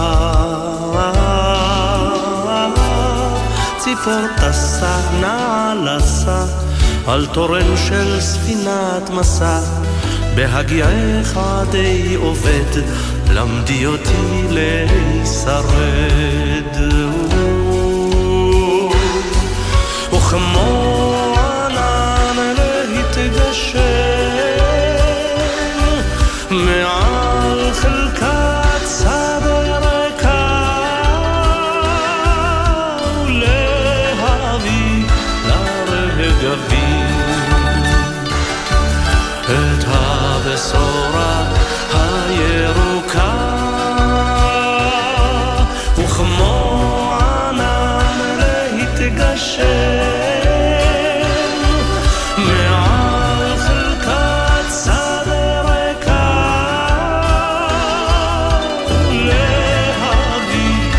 ציפור טסה נעלסה על תורן של ספינת מסע בהגיעך עדי עובד למדי אותי להישרד וכמו ענן להתגשם מעל חלקת שדה ריקה ולהביא לרגבים את הבשורה הירוקה וכמו ענן להתגשם מעל חלקת שדה ריקה ולהביא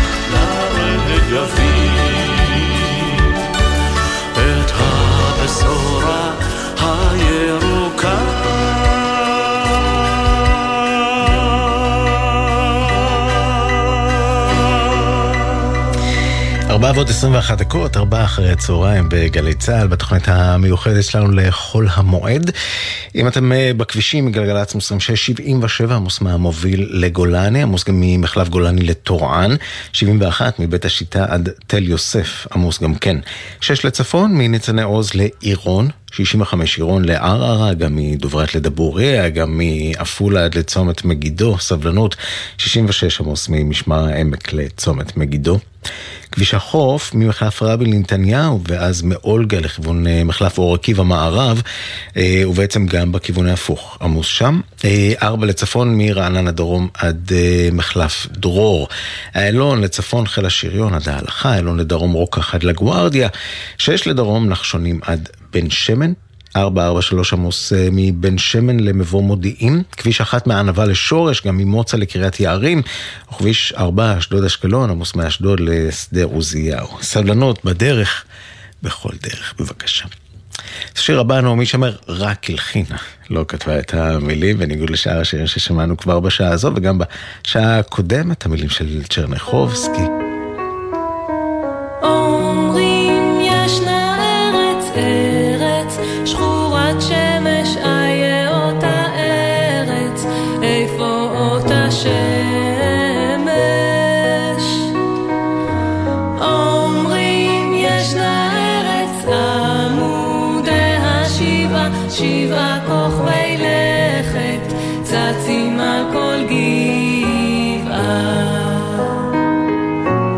לרגבים את הבשורה הירוקה ארבע ועוד עשרים ואחת דקות, ארבע אחרי הצהריים בגלי צהל, בתוכנית המיוחדת שלנו לחול המועד. אם אתם בכבישים מגלגלצ עשרים ושש שבעים ושבע, עמוס מהמוביל לגולני, עמוס גם ממחלף גולני לטורען, שבעים ואחת מבית השיטה עד תל יוסף, עמוס גם כן. שש לצפון, מניצני עוז לעירון, שישים וחמש עירון לערערה, גם מדוברת לדבוריה, גם מעפולה עד לצומת מגידו, סבלנות, שישים ושש עמוס ממשמר העמק לצומת מגידו. כביש החוף ממחלף רבין לנתניהו ואז מאולגה לכיוון מחלף אור עקיבא המערב, ובעצם גם בכיוון ההפוך עמוס שם. ארבע לצפון מרעננה דרום עד מחלף דרור. איילון לצפון חיל השריון עד ההלכה, איילון לדרום רוקח עד לגוארדיה, שש לדרום נחשונים עד בן שמן, ארבע ארבע שלוש עמוס מבן שמן למבוא מודיעים, כביש אחת מענבה לשורש, גם ממוצא לקריית יערים, וכביש ארבע אשדוד אשקלון, עמוס מאשדוד לשדה עוזיהו. סבלנות בדרך, בכל דרך, בבקשה. שיר הבא נעמי שמר רק הלחינה, לא כתבה את המילים, בניגוד לשאר השירים ששמענו כבר בשעה הזו, וגם בשעה הקודמת, המילים של צ'רניחובסקי. אומרים ישנה ארץ, ארץ, שחורת שמש, איה אותה ארץ, איפה אותה שמש? אומרים ישנה ארץ, עמודי השבעה, שבעה כוכבי לכת, צצים על כל גבעה.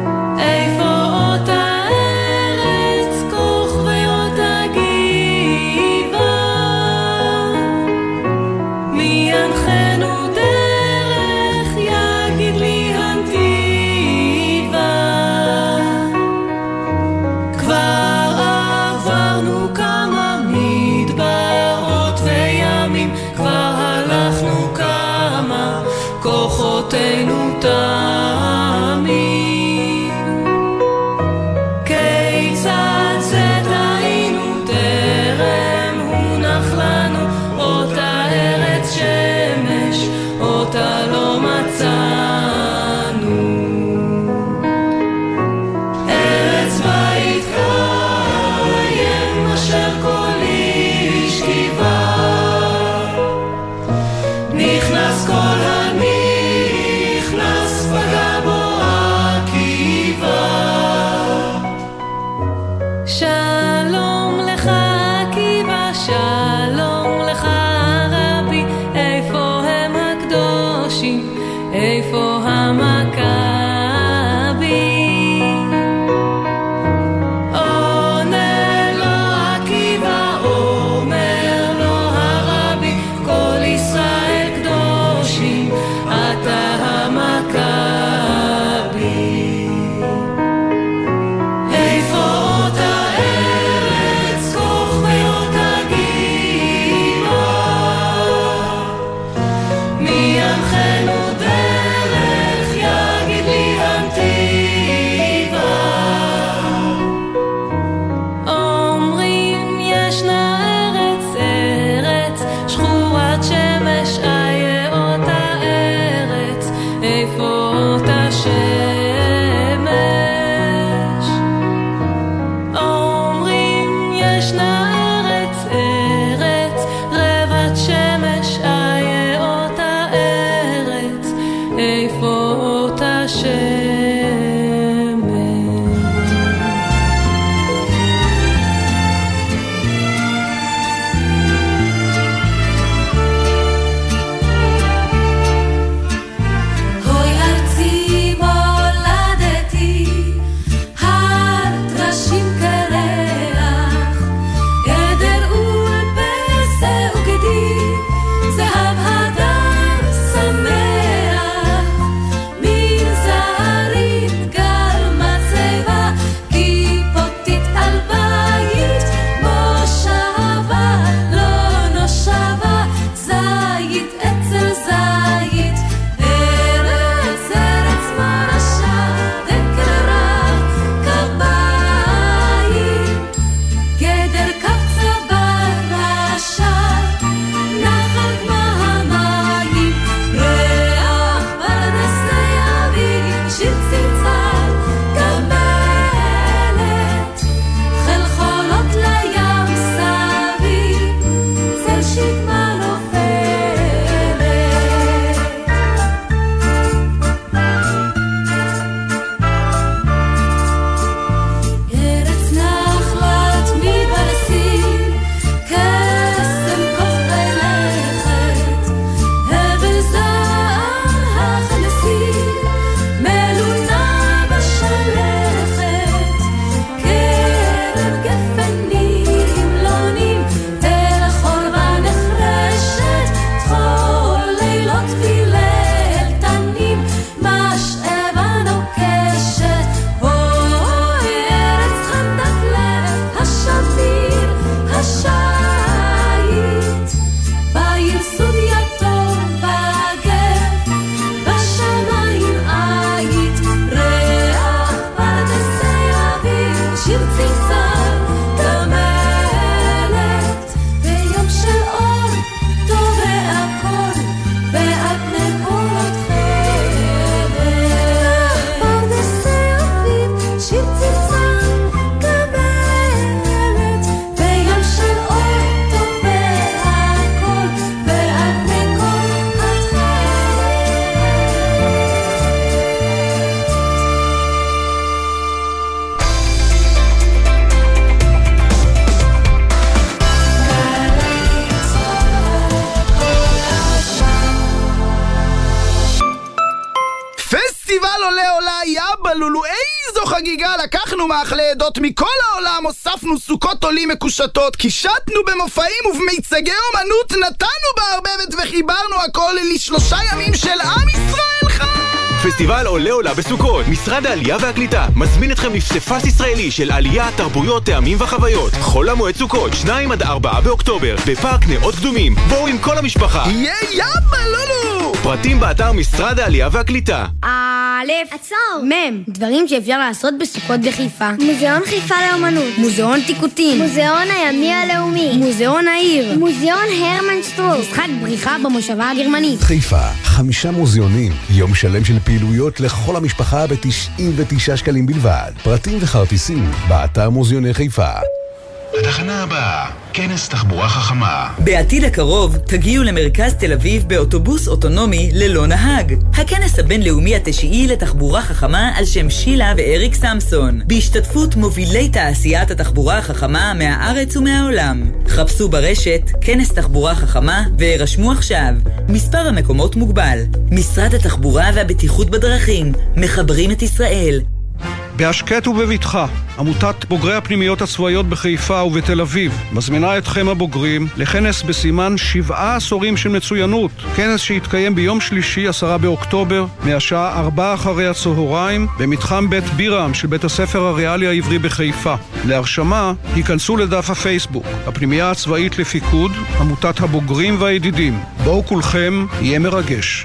מלולו, איזו חגיגה! לקחנו מאכלי עדות מכל העולם, הוספנו סוכות עולים מקושטות, קישטנו במופעים ובמיצגי אומנות, נתנו בערבבת וחיברנו הכל לשלושה ימים של עם ישראל חי! פסטיבל עולה עולה בסוכות. משרד העלייה והקליטה מזמין אתכם לפסיפס ישראלי של עלייה, תרבויות, טעמים וחוויות. חול המועד סוכות, שניים עד ארבעה באוקטובר, בפארק נאות קדומים. בואו עם כל המשפחה. יהיה יאבא לולו! פרטים באתר משרד העלייה והקליטה. א', עצור, מ', דברים שאפשר לעשות בסוכות בחיפה. מוזיאון חיפה לאומנות, מוזיאון תיקותים, מוזיאון הימי הלאומי, מוזיאון העיר, מוזיאון הרמן שטרוס, משחק בריחה במושבה הגרמנית. חיפה, חמישה מוזיאונים, יום שלם של פעילויות לכל המשפחה ב-תשעים ותשעה שקלים בלבד. פרטים וכרטיסים באתר מוזיאוני חיפה. התחנה הבאה, כנס תחבורה חכמה. בעתיד הקרוב תגיעו למרכז תל אביב באוטובוס אוטונומי ללא נהג. הכנס הבינלאומי התשיעי לתחבורה חכמה על שם שילה ואריק סמסון, בהשתתפות מובילי תעשיית התחבורה החכמה מהארץ ומהעולם. חפשו ברשת כנס תחבורה חכמה והירשמו עכשיו. מספר המקומות מוגבל. משרד התחבורה והבטיחות בדרכים, מחברים את ישראל. בהשקט ובבטחה, עמותת בוגרי הפנימיות הצבאיות בחיפה ובתל אביב מזמינה אתכם הבוגרים לכנס בסימן שבעה עשורים של מצוינות. כנס שיתקיים ביום שלישי עשרה באוקטובר מהשעה ארבע אחרי הצהריים במתחם בית בירם של בית הספר הריאלי העברי בחיפה. להרשמה היכנסו לדף הפייסבוק הפנימייה הצבאית לפיקוד, עמותת הבוגרים והידידים. בואו כולכם, יהיה מרגש.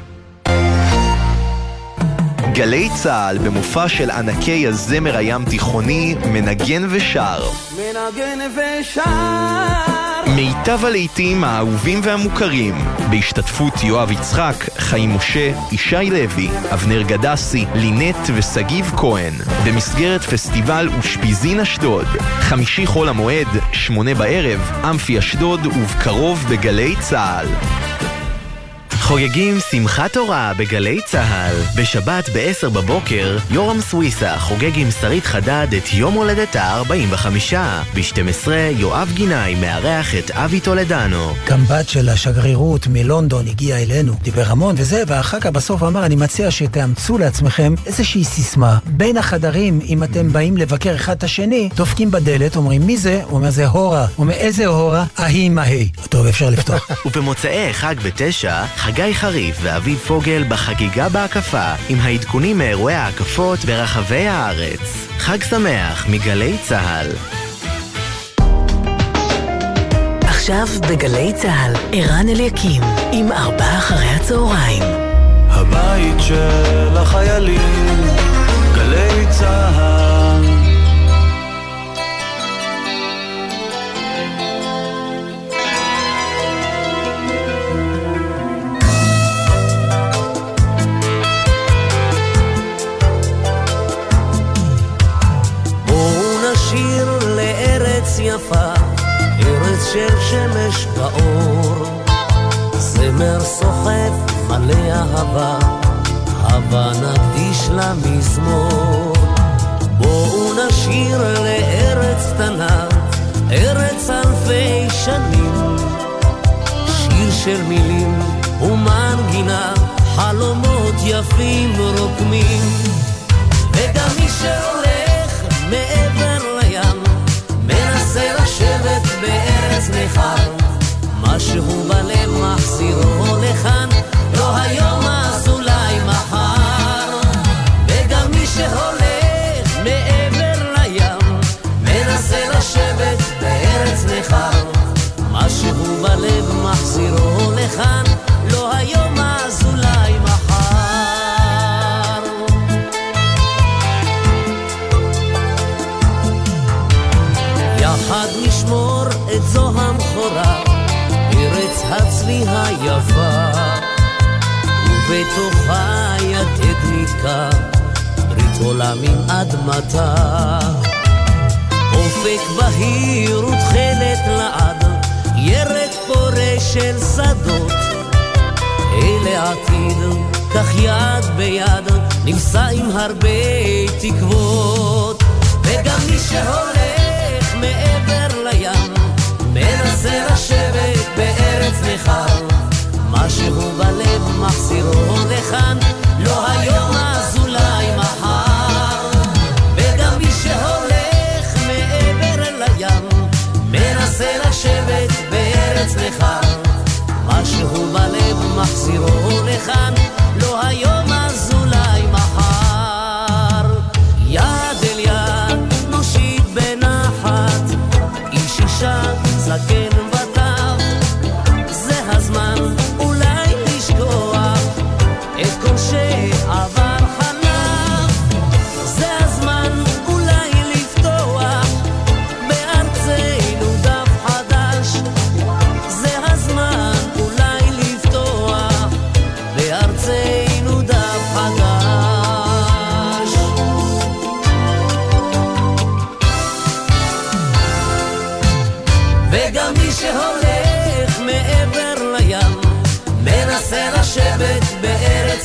גלי צהל במופע של ענקי הזמר הים תיכוני מנגן ושר. מנגן ושר. מיטב הלהיטים האהובים והמוכרים, בהשתתפות יואב יצחק, חיים משה, ישי לוי, אבנר גדסי, לינט וסגיב כהן, במסגרת פסטיבל אושפיזין אשדוד. חמישי חול המועד, שמונה בערב, אמפי אשדוד ובקרוב בגלי צהל. חוגגים שמחת תורה בגלי צהל. בשבת ב-עשר בבוקר, יורם סוויסה חוגג עם שרית חדד את יום הולדתה ארבעים וחמישה. ב-שתים עשרה, יואב גינאי מארח את אבי טולדנו. גם בת של השגרירות מלונדון הגיע אלינו, דיבר המון וזה, ואחר כך בסוף אמר, אני מציע שתאמצו לעצמכם איזושהי סיסמה. בין החדרים, אם אתם באים לבקר אחד את השני, דופקים בדלת, אומרים מי זה? הוא אומר זה הורה. הוא אומר איזה הורה? ההיא מהי. טוב, אפשר לפתוח. ובמוצאי חג בתשע, גיא חריף ואביב פוגל בחגיגה בהקפה עם העדכונים מאירועי ההקפות ברחבי הארץ. חג שמח מגלי צהל. עכשיו בגלי צהל, ערן אליקים עם ארבע אחרי הצהריים. הבית של החיילים, גלי צהל. שיר לארץ יפה, ארץ של שמש באור, זמר סוחף מלא אהבה, הבה נקדיש למזמור. בואו נשיר לארץ קטנה, ארץ אלפי שנים, שיר של מילים ומנגינה, חלומות יפים רוקמים. וגם מי שהולך מעבר לים, מנסה לשבת בארץ נכר, משהו בלב מחזירו לכאן, לא היום אז אולי מחר. וגם מי שהולך מעבר לים, מנסה לשבת בארץ נכר, משהו בלב מחזירו לכאן, לא היום אז אולי מחר. יחד נשמור את זו המחורה, ארץ הצלי היפה, ובתוכה יתד נתקע, ברית עולם עם אדמתה. אופק בהיר ותחלת לעד, ירק פורה של שדות, אלה עתיד, כך יד ביד, נמסע עם הרבה תקוות. וגם מי שהולך מעבר לים, מנסה לשבת בארץ נכר, משהו בלב מחזירו לכאן, לא היום אז אולי מחר.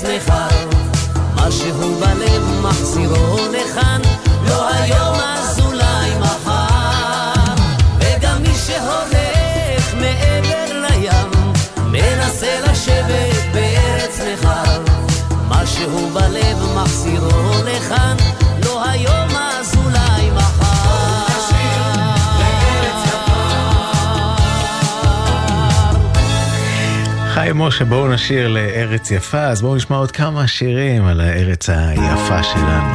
בארץ נחר, משהו בלב מחזירו לכאן, לא היום אז אולי מחר. וגם מי שהולך מעבר לים מנסה לשבת בארץ נחר, משהו בלב מחזירו לכאן, לא היום אז אולי מחר. חיים משה, בואו נשיר לארץ יפה, אז בואו נשמע עוד כמה שירים על הארץ היפה שלנו.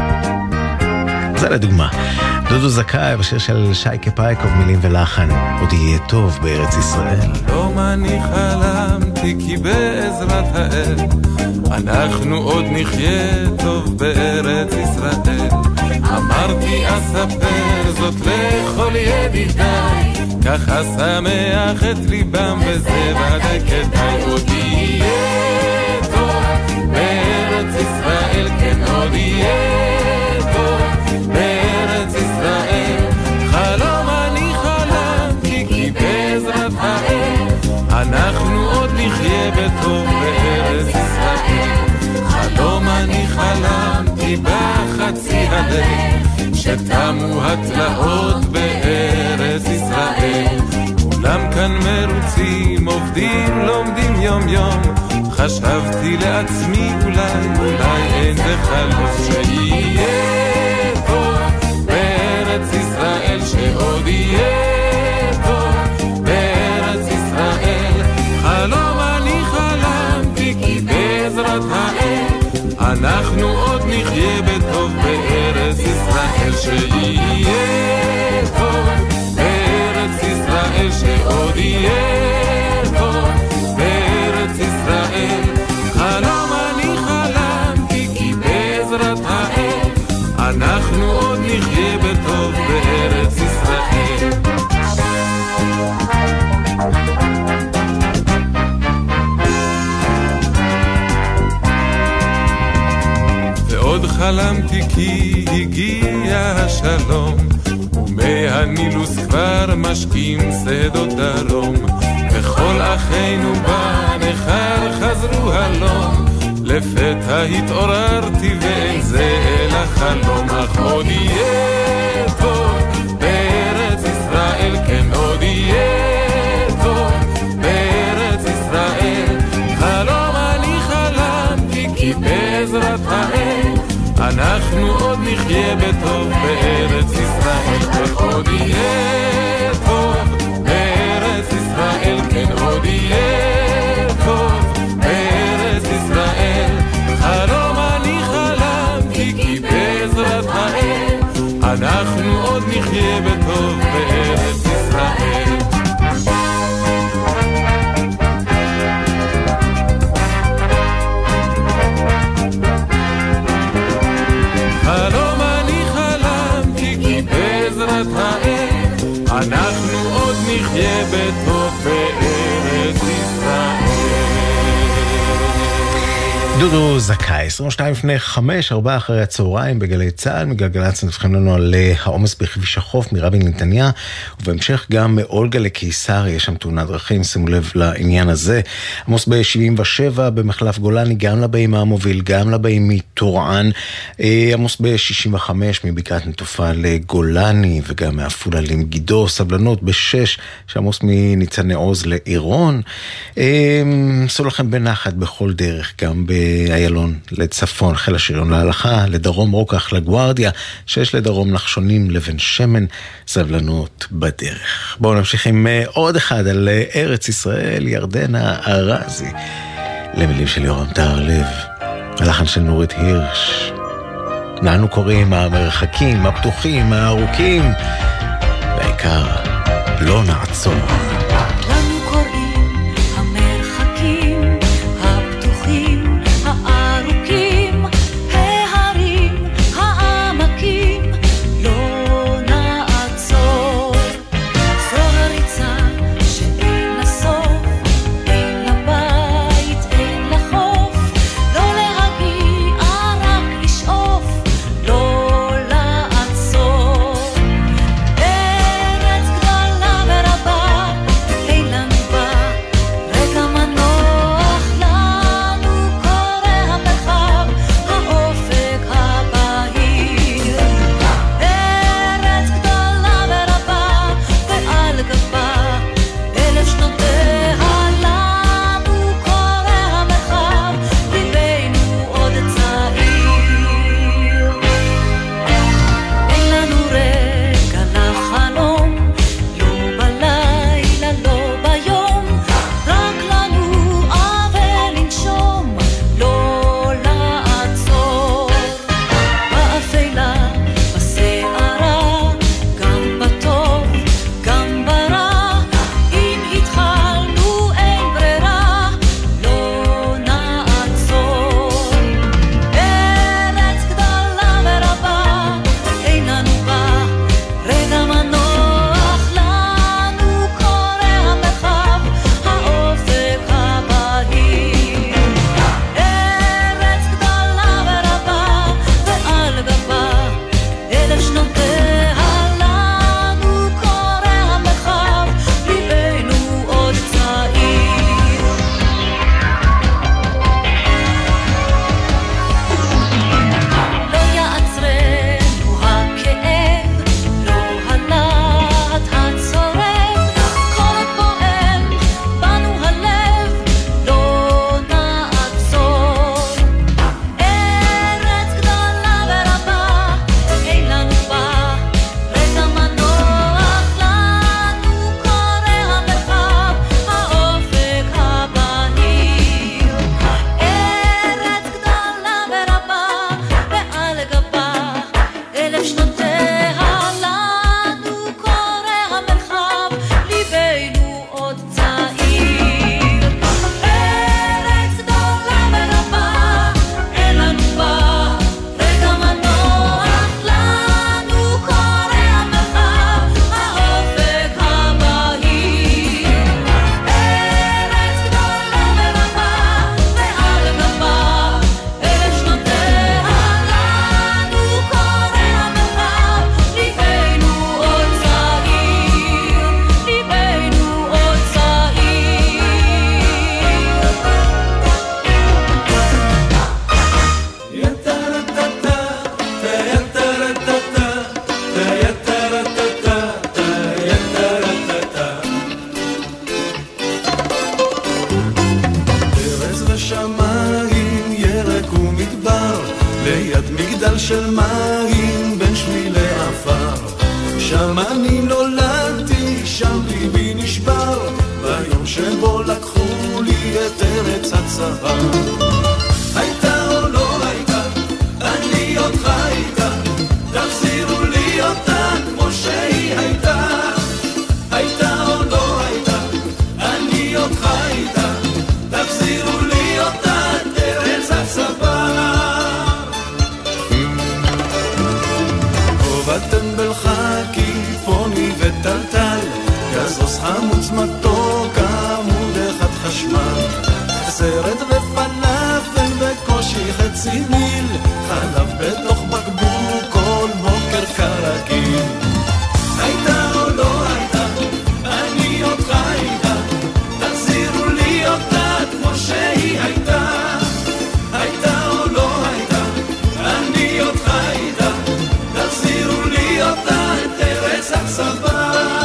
זה לדוגמה, דודו זכאי בשיר של שייקה פייקוב, מילים ולחן, עוד יהיה טוב בארץ ישראל. לא מה אני חלמתי כי בעזרת האל אנחנו עוד נחיה טוב בארץ ישראל. אמרתי אספר זאת לכל ידידיי, ככה שמח את ליבם וזה ודאי כדאי. עוד יהיה טוב בארץ ישראל, כן עוד יהיה טוב בארץ ישראל. חלום אני חלמתי כי בעזרת האל אנחנו עוד נחיה בטוב בארץ ישראל. חלום אני חלמתי בחצי הלב שתמו התלאות בארץ ישראל. כולם כאן מרוצים, עובדים, לומדים יום יום. חשבתי לעצמי אולי, אולי אין זה חלום שיהיה טוב בארץ ישראל, שעוד יהיה טוב בארץ ישראל. חלום אני חלמתי כי בעזרת האל אנחנו עוד נחיה בטוב בארץ ישראל, שיהיה טוב בארץ ישראל, שעוד יהיה טוב בארץ ישראל. חלום אני חלמתי כי בעזרת האל אנחנו עוד נחיה בטוב בארץ ישראל. ועוד חלמתי כי הגיע השלום, ומהנילוס כבר משקים שדות דרום, וכל אחינו בנחר חזרו הלום. לפתע התעוררתי ואין זה אל החלום, אך עוד יהיה טוב בארץ ישראל, כן עוד יהיה טוב בארץ ישראל. חלום אני חלמתי כי בעזרת האל אנחנו עוד נחיה בטוב בארץ ישראל, ועוד יהיה טוב בארץ ישראל, כן עוד יהיה טוב בארץ ישראל. חלום אני חלמתי כי בעזרת האל אנחנו עוד נחיה בטוב בארץ ישראל. חלום אני חלמתי כי בעזרת האל אנחנו עוד נחיה בטוב בארץ ישראל. דודו זכאי, עשרים ושתיים לפני חמש, ארבע אחרי הצהריים בגלי צהל, מגלגלצ נפחים לנו על העומס בכביש החוף מרבין לנתניה, ובהמשך גם מאולגה לקיסר, יש שם תאונת דרכים, שימו לב לעניין הזה. עמוס ב-שבעים ושבע במחלף גולני, גם לבאים מהמוביל, גם לבאים מטורען. עמוס ב-שישים וחמש מבקעת נטופה לגולני, וגם מעפולה למגידו. סבלנות ב-שש, שעמוס מניצני עוז לעירון. עשו לכם בנחת בכל דרך, גם באיילון לצפון, חיל השריון להלכה, לדרום רוקח לגוארדיה, שש לדרום נחשונים לבן שמן. סבלנות בדרך. בואו נמשיך עם עוד אחד על ארץ ישראל, ירדנה ארזי, למילים של יורם טהרלב, הלחן של נורית הירש. אנחנו קוראים המרחקים הפתוחים הארוכים, בעיקר לא נעצור. ארץ גדולה ורבה שם אני נולדתי, שם ליבי נשבר, ביום שבו לקחו לי את ארץ הצהר. הייתה או לא הייתה, אני עוד חייתה, תחזירו לי אותה כמו שהיא הייתה. הייתה או לא הייתה, אני עוד חייתה, תחזירו לי אותה את ארץ הצבא. עובדתם בלחקי, פוני וטלטל, גזוס חמוץ מתוק, עמוד אחד חשמל, סרט ופלאפל בקושי חצי מיל, חלב בתוך בקבוק כל בוקר כרגיל. הייתה או לא הייתה, אני עוד חייתה, תחזירו לי אותה כמו שהיא הייתה. הייתה או לא הייתה, אני עוד חייתה, תחזירו לי אותה את ארץ הצבא.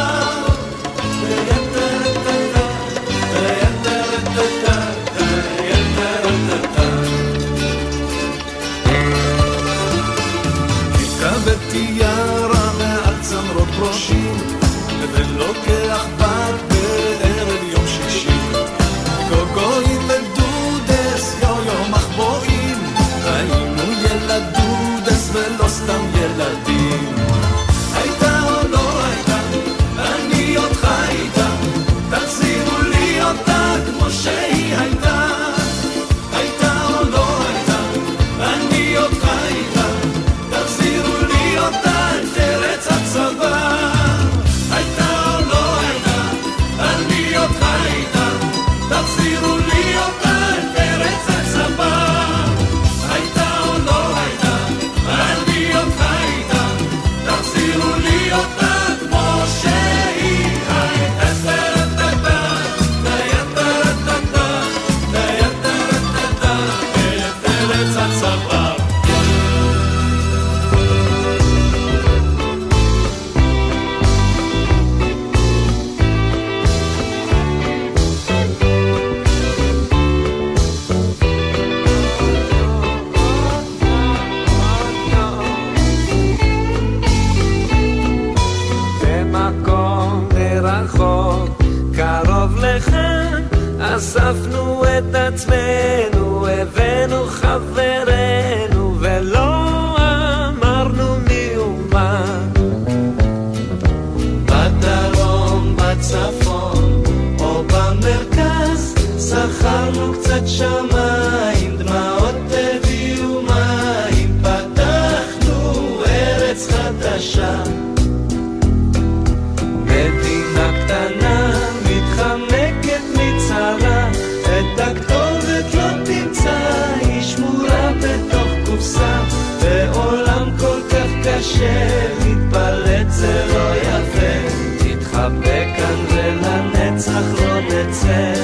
בתיארה מעל צמרות ברושים, ולוקח בת בערב יום שישי. גוגויים ודודס, יו-יו מחבואים, היינו ילדודס ולא סתם ילדים. הייתה או לא הייתה, אני עוד חייתה, תחזירו לי אותה כמו שהיא הייתה. הייתה או לא הייתה, אני עוד חייתה, תחזירו לי אותה את ארץ הצבא. הייתה או לא הייתה, אני עוד חייתה, תחזירו לי אותה את ארץ הצבא. הייתה או לא הייתה, אני עוד חייתה, תחזירו לי אותה כמו שהיא הייתה. את ארץ הצבא. במקום מרחוק, קרוב לכאן, אספנו את עצמנו, הבאנו חברנו, ולא אמרנו מי ומה. בדרום, בצפון, או במרכז, שכרנו קצת שמיים, דמעות הביאו מים, פתחנו ארץ חדשה. מדינה קטנה מתחמקת מצרה, את הכתובת לא תמצא, היא שמורה בתוך קופסה. בעולם כל כך קשה, להתפלט זה לא יפה, תתחבא כאן ולנצח לא נצא.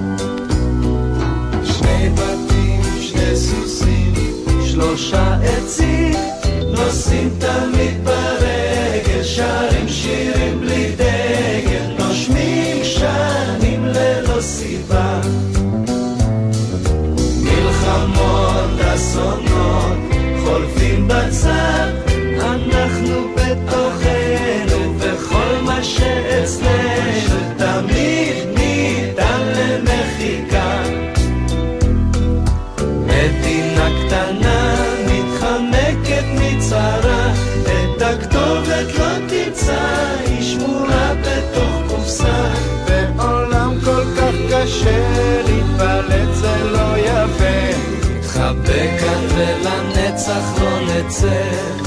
שני בתים, שני סוסים, שלושה עצים, נוסעים תמיד ברגל, שרים שירים בלי דגל, נושמים שנים ללא סיבה. מלחמות, אסונות, חולפים בצד, אנחנו בתוכנו, וכל מה שאצלנו תמיד ניתן למחיקה. מדינה קטנה מתחמקת מצרה, את הכתובת לא תמצא, היא שמורה בתוך קופסה. בעולם כל כך קשה, להתפלט זה לא יפה, תתחבא כאן ולנצח לא נצא.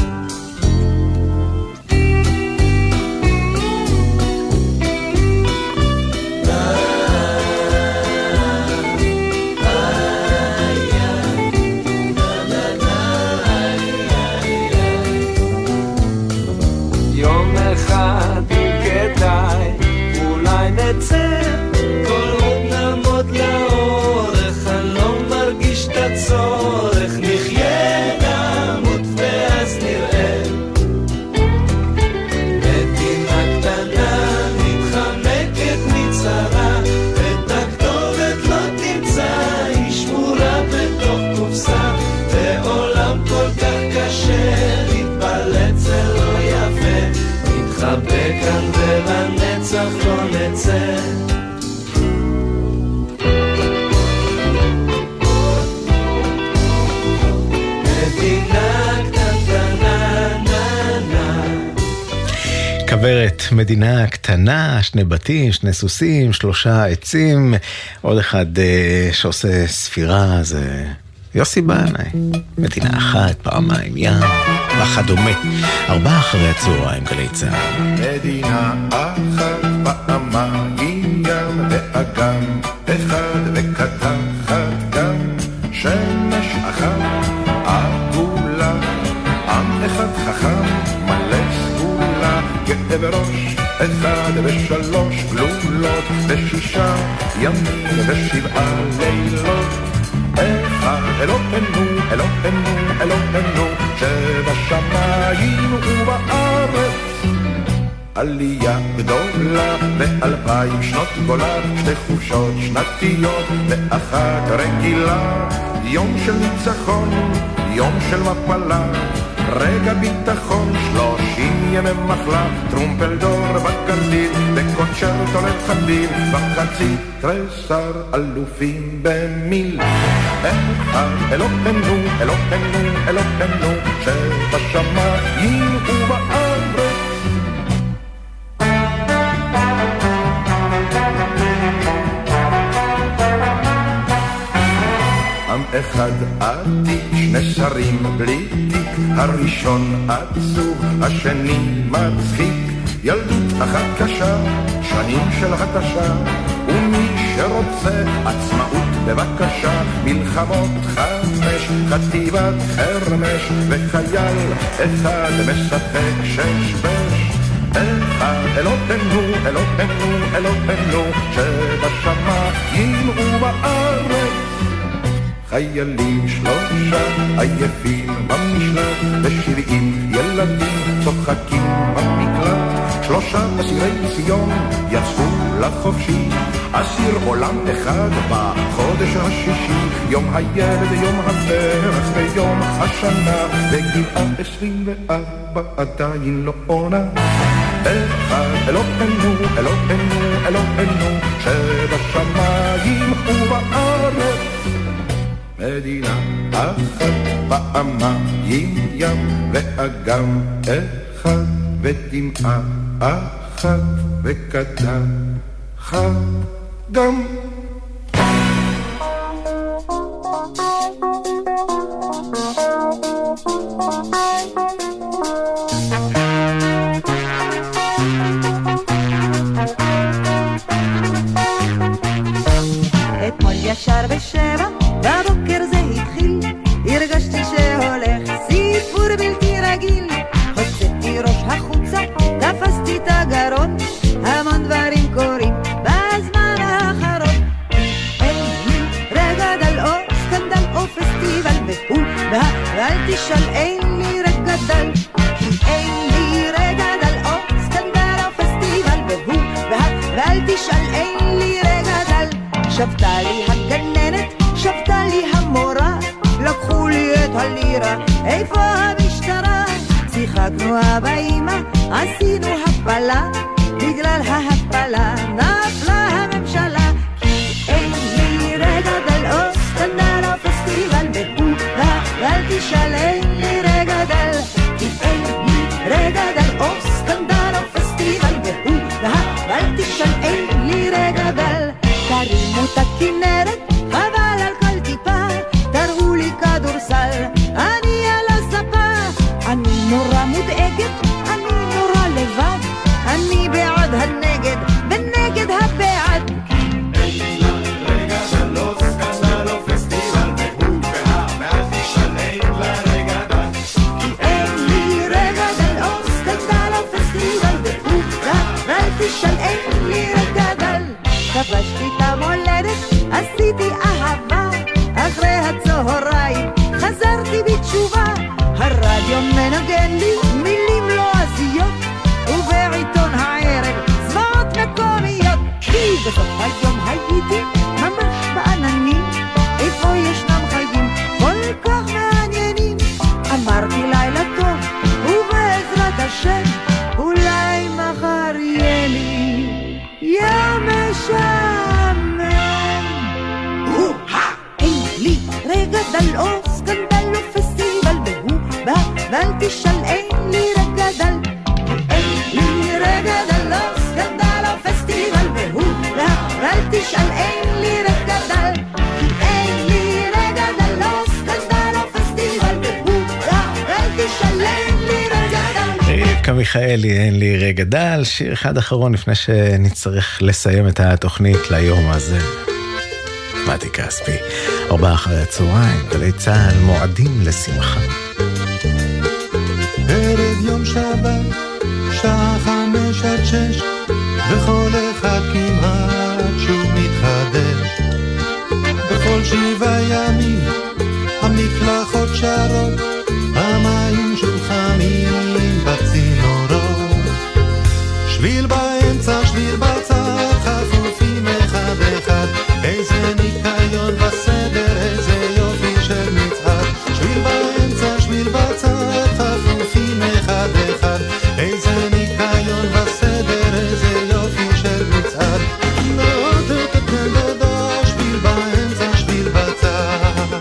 כדאי, אולי נצא, כל עוד נעמוד לאורך, אני לא מרגיש את הצורך, נחיה נמות ואז כוורת, מדינה קטנה, שני בתים, שני סוסים, שלושה עצים, עוד אחד uh, שעושה ספירה, זה יוסי בנאי. מדינה אחת, פעמיים ים, וכדומה. ארבעה אחרי הצהריים, גלי צהר. מדינה אחת, פעמיים ים, ואגם אחד וקטחת גם, שמש אחת, עגולה, עם אחד חכם, מלא סגולה, גאה בראש, אחד ושלוש גלולות, ושישה ימים ושבעה לילות. אחד אלוהינו, אלוהינו, אלוהינו, שבשמיים ובארץ. עלייה גדולה ואלפיים שנות גולה, שתי חופשות שנתיות ואחת רגילה. יום של ניצחון, יום של מפלה, רגע ביטחון, שלושים ימי מחלה, טרומפלדור בקנדיל, וקונצ'רטו לחליל, בחצי תריסר אלופים במיל. אחד אלוהינו, אלוהינו, אלוהינו, שבשמיים ובארץ. עם אחד עתיק, שני שרים בלי תיק, הראשון עצוב, השני מצחיק. ילדות אחת קשה, שנים של התשה, ומי שרוצה עצמאות בבקשה. מלחמות חמש, חטיבת חרמש, וחייל אחד משחק שש בש. אחד אלוהינו, אלוהינו, אלוהינו, שבשמיים ובארץ. חיילים שלושה עייפים במשלט, ושבעים ילדים צוחקים במקלט. שלושה אסירי ציון יצאו לחופשי, אסיר עולם אחד בחודש השישי. יום הילד, יום הפרח ויום השנה, וגילה עשרים וארבע עדיין לא עונה. אחד אלוהינו, אלוהינו, אלוהינו, שבשמיים ובארץ. מדינה אחת, פעמיים ים, ואגם אחד, ודמעה אחת, וקדם חדם. אתמול ישר בשבע בבוקר זה התחיל, הרגשתי שהולך סיפור בלתי רגיל. הוצאתי ראש החוצה, תפסתי את הגרון, המון דברים קורים בזמן האחרון. אין לי רגדל או סקנדל או פסטיבל, והוא ואל תשאל, אין לי רגדל. אין לי רגדל או סקנדל או פסטיבל, והוא ואל תשאל, אין לי רגדל. שבתה לי הגננת, שבתה לי המורה, לקחו לי את הלירה, איפה המשטרה? שיחקנו אבא אמא, עשינו הפלה, בגלל ההפלה נפלה הממשלה. כי אין לי רגדל או סקנדל או פסטיבל, והוא ואל תשאל, אין לי רגדל. כי אין לי רגדל או סקנדל או פסטיבל, והוא ואל תשאל, אין לי רגדל. תרימו את הכנרת, חבל על כל טיפה, תראו לי כדורסל, אני על הספה. אני נורא מודאגת, אני נורא לבד, אני בעד הנגד, ונגד הבעד. אין לה רגע שלא סקנדל לא פסטיבל, והוא ואל תשאל, אין לה רגע. כי אין לי רגע שלא סקנדל לא פסטיבל, והוא ואל תשאל, אין לי רגע. כבשתי את המולדת, עשיתי אהבה, אחרי הצהריים חזרתי בתשובה. הרדיו מנגן לי מילים לועזיות, ובעיתון הערב זוועות מקומיות. כי בסוף היום הייתי ממש בעננים, איפה ישנם חיים כל כך מעניינים. אמרתי לילה טוב, ובעזרת השם אולי מחר יהיה לי ים משעמם. אין לי רגדל או סקנדל או פסטיבל, והוא ואל תשאל, אין לי רגדל. אין לי רגדל רבקה מיכאלי, אין לי רגע דל, שיר אחד אחרון לפני שנצטרך לסיים את התוכנית ליום הזה. מתי כספי, ארבעה אחרי הצהריים, גלי צהל, מועדים לשמחה. ערב יום שבת, שעה חמש עד שש, וכל אחד כמעט שוב מתחדש. בכל שבעה ימים, המקלחות שרות, המים שולחנים בצינורות. שביל באמצע, שביל בצד, חפופים אחד אחד, איזה ניקיון וסדר, איזה יופי של מצעד. שביל באמצע, שביל בצד, חפופים אחד אחד, איזה ניקיון וסדר, איזה יופי של מצעד. לא תתקדדה, שביל באמצע, שביל בצד,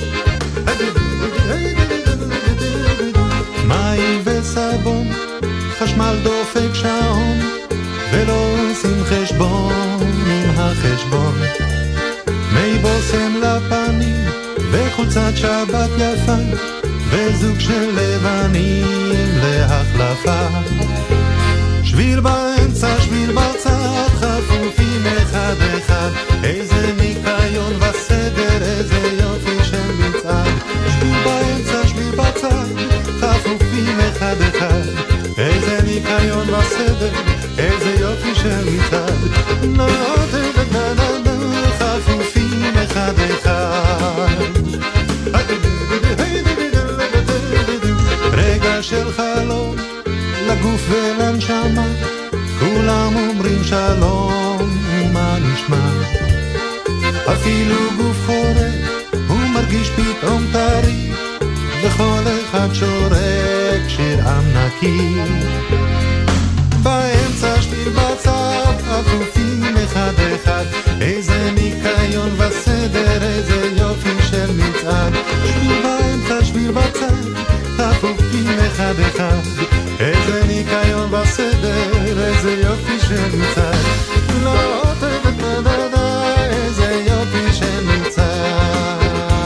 מים וסבון, חשמל דופק שעון, ולא עושים חשבון עם החשבון. מי בוסם לפנים וחולצת שבת יפה, וזוג של לבנים להחלפה. שביל באמצע, שביל בצד, חפופים אחד אחד, איזה ניקיון וסדר, איזה יופי של מצעד. שביל באמצע, שביל בצד, חפופים אחד אחד, איזה ניקיון וסדר, איזה יופי של מצעד. חפופים אחד אחד, רגע של חלום לגוף ולנשמה, כולם אומרים שלום ומה נשמע. אפילו גוף חורק הוא מרגיש פתאום טרי, וכל אחד שורק שיר עם נקי. באמצע שביל בצד, חפופים אחד אחד, איזה ניקיון וסדר, איזה יופי של מצעד. שביל באמצע, שביל בצד, חפופים אחד אחד, איזה ניקיון וסדר, איזה יופי של מצעד. לא תדדה, איזה יופי של מצעד.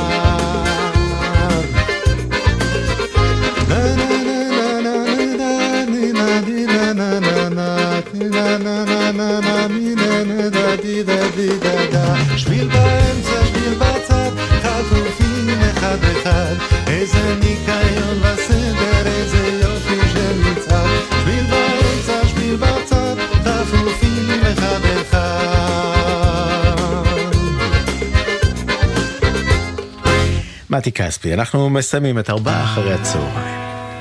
שביל באמצע, שביל בצד, חפופים אחד אחד, איזה ניקיון וסדר, איזה יופי של מצעד. שביל באמצע, שביל בצד, חפופים אחד אחד. מתי כספי, אנחנו מסיימים את ארבעה אחרי הצהריים.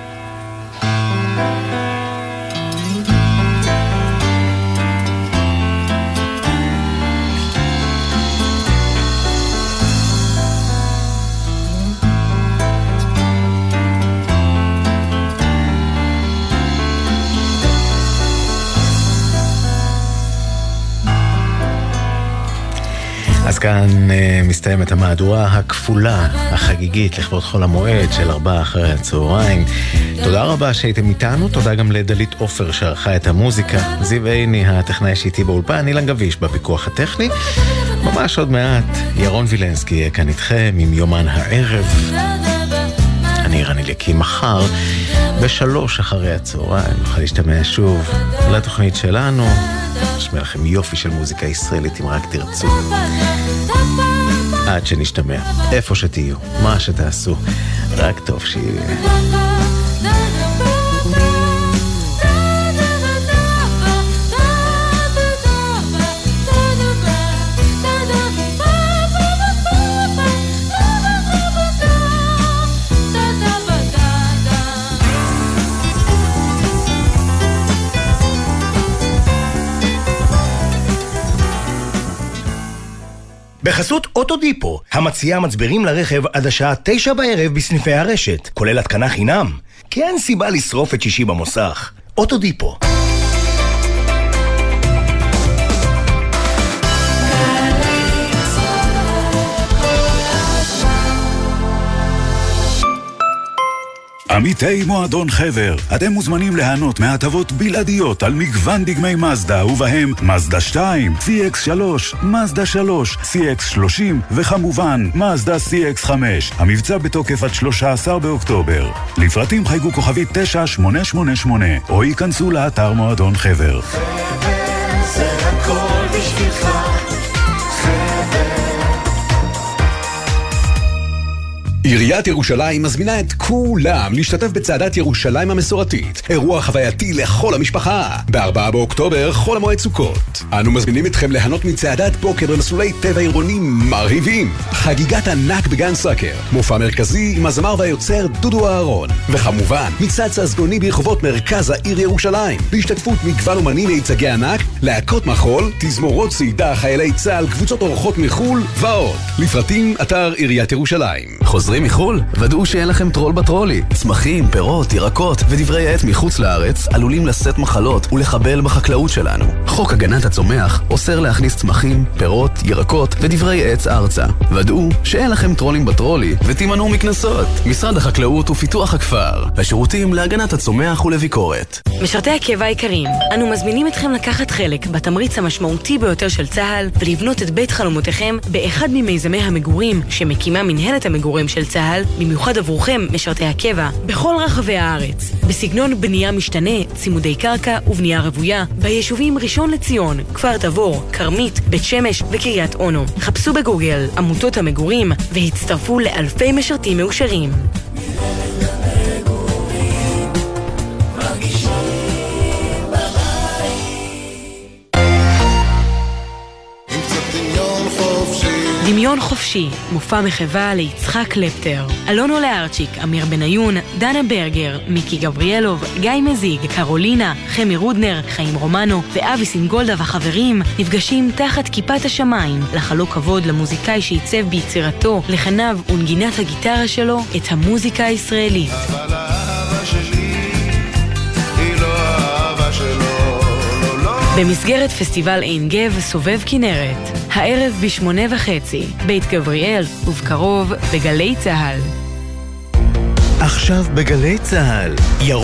אז כאן uh, מסתיימת המהדורה הכפולה, החגיגית, לכבוד חול המועד של ארבעה אחרי הצהריים. תודה רבה שהייתם איתנו, תודה גם לדלית אופר שערכה את המוזיקה, זיו עיני הטכנאי שאיתי באולפן, אילן גביש בפיקוח הטכני. ממש עוד מעט ירון וילנסקי יהיה כאן איתכם עם יומן הערב. אני רני לקים מחר בשלוש אחרי הצהריים, נוכל להשתמע שוב לתוכנית שלנו. נשמע לכם יופי של מוזיקה ישראלית אם רק תרצו. עד שנשתמע, איפה שתהיו, מה שתעשו, רק טוב שיהיה. בחסות אוטודיפו, המציעה מצברים לרכב עד השעה תשע בערב בסניפי הרשת, כולל התקנה חינם. כי אין סיבה לשרוף את שישי במוסך. אוטודיפו. עמיתי מועדון חבר, אתם מוזמנים ליהנות מהטבות בלעדיות על מגוון דגמי מזדה, ובהם מזדה שתיים, סי אקס שלוש, מזדה שלוש, סי אקס שלושים וכמובן מזדה סי אקס חמש. המבצע בתוקף עד שלושה עשר באוקטובר. לפרטים חייגו כוכבית תשע שמונה שמונה שמונה או ייכנסו לאתר מועדון חבר. חבר זה הכל בשבילך. עיריית ירושלים מזמינה את כולם להשתתף בצעדת ירושלים המסורתית, אירוע חווייתי לכל המשפחה. בארבעה באוקטובר, חול המועד סוכות. אנו מזמינים אתכם ליהנות מצעדת בוקר במסלולי טבע עירונים מרהיבים, חגיגת ענק בגן סאקר, מופע מרכזי עם הזמר והיוצר דודו אהרון, וכמובן מצעד ססגוני ברחובות מרכז העיר ירושלים, בהשתתפות מגוון אומנים מיצגי ענק, להקות מחול, תזמורות צעידה, חיילי צה"ל, קבוצות אורחות מחול ועוד. לפרטים אתר עיריית ירושלים. חוזרים מחול? ודאו שאין לכם טרול בטרולי. צמחים, פירות, ירקות ודברי עץ מחוץ לארץ עלולים לשאת מחלות ולחבל בחקלאות שלנו. חוק הגנת הצומח אוסר להכניס צמחים, פירות, ירקות ודברי עץ ארצה. ודאו שאין לכם טרולים בטרולי ותימנעו מקנסות. משרד החקלאות ופיתוח הכפר, השירותים להגנת הצומח ולביקורת. משרתי הקבע היקרים, אנו מזמינים אתכם לקחת חלק בתמריץ המשמעותי ביותר של צה"ל ולבנות את בית חלומותיכם באחד ממיזמי המגורים שמקימה מנהלת המגורים של צה"ל, במיוחד עבורכם משרתי הקבע, בכל רחבי הארץ, בסגנון בנייה משתנה, צימודי קרקע ובנייה רבויה, ביישובים ראשון לציון, כפר תבור, קרמית, בית שמש וקריית אונו. חפשו בגוגל עמותות המגורים והצטרפו לאלפי משרתים מאושרים. דמיון חופשי, מופע מחווה ליצחק קלפטר. אלונו לארצ'יק, אמיר בניון, דנה ברגר, מיקי גבריאלוב, גיא מזיג, קרולינה, חמי רודנר, חיים רומנו ואבי סינגולדה וחברים נפגשים תחת כיפת השמיים לחלוק כבוד למוזיקאי שעיצב ביצירתו, לחניו ונגינת הגיטרה שלו את המוזיקה הישראלית. אבל האהבה שלי היא לא האהבה שלו, לא, לא. במסגרת פסטיבל עין גב סובב כנרת, הערב בשמונה וחצי, בית גבריאל, ובקרוב בגלי צהל. עכשיו בגלי צהל.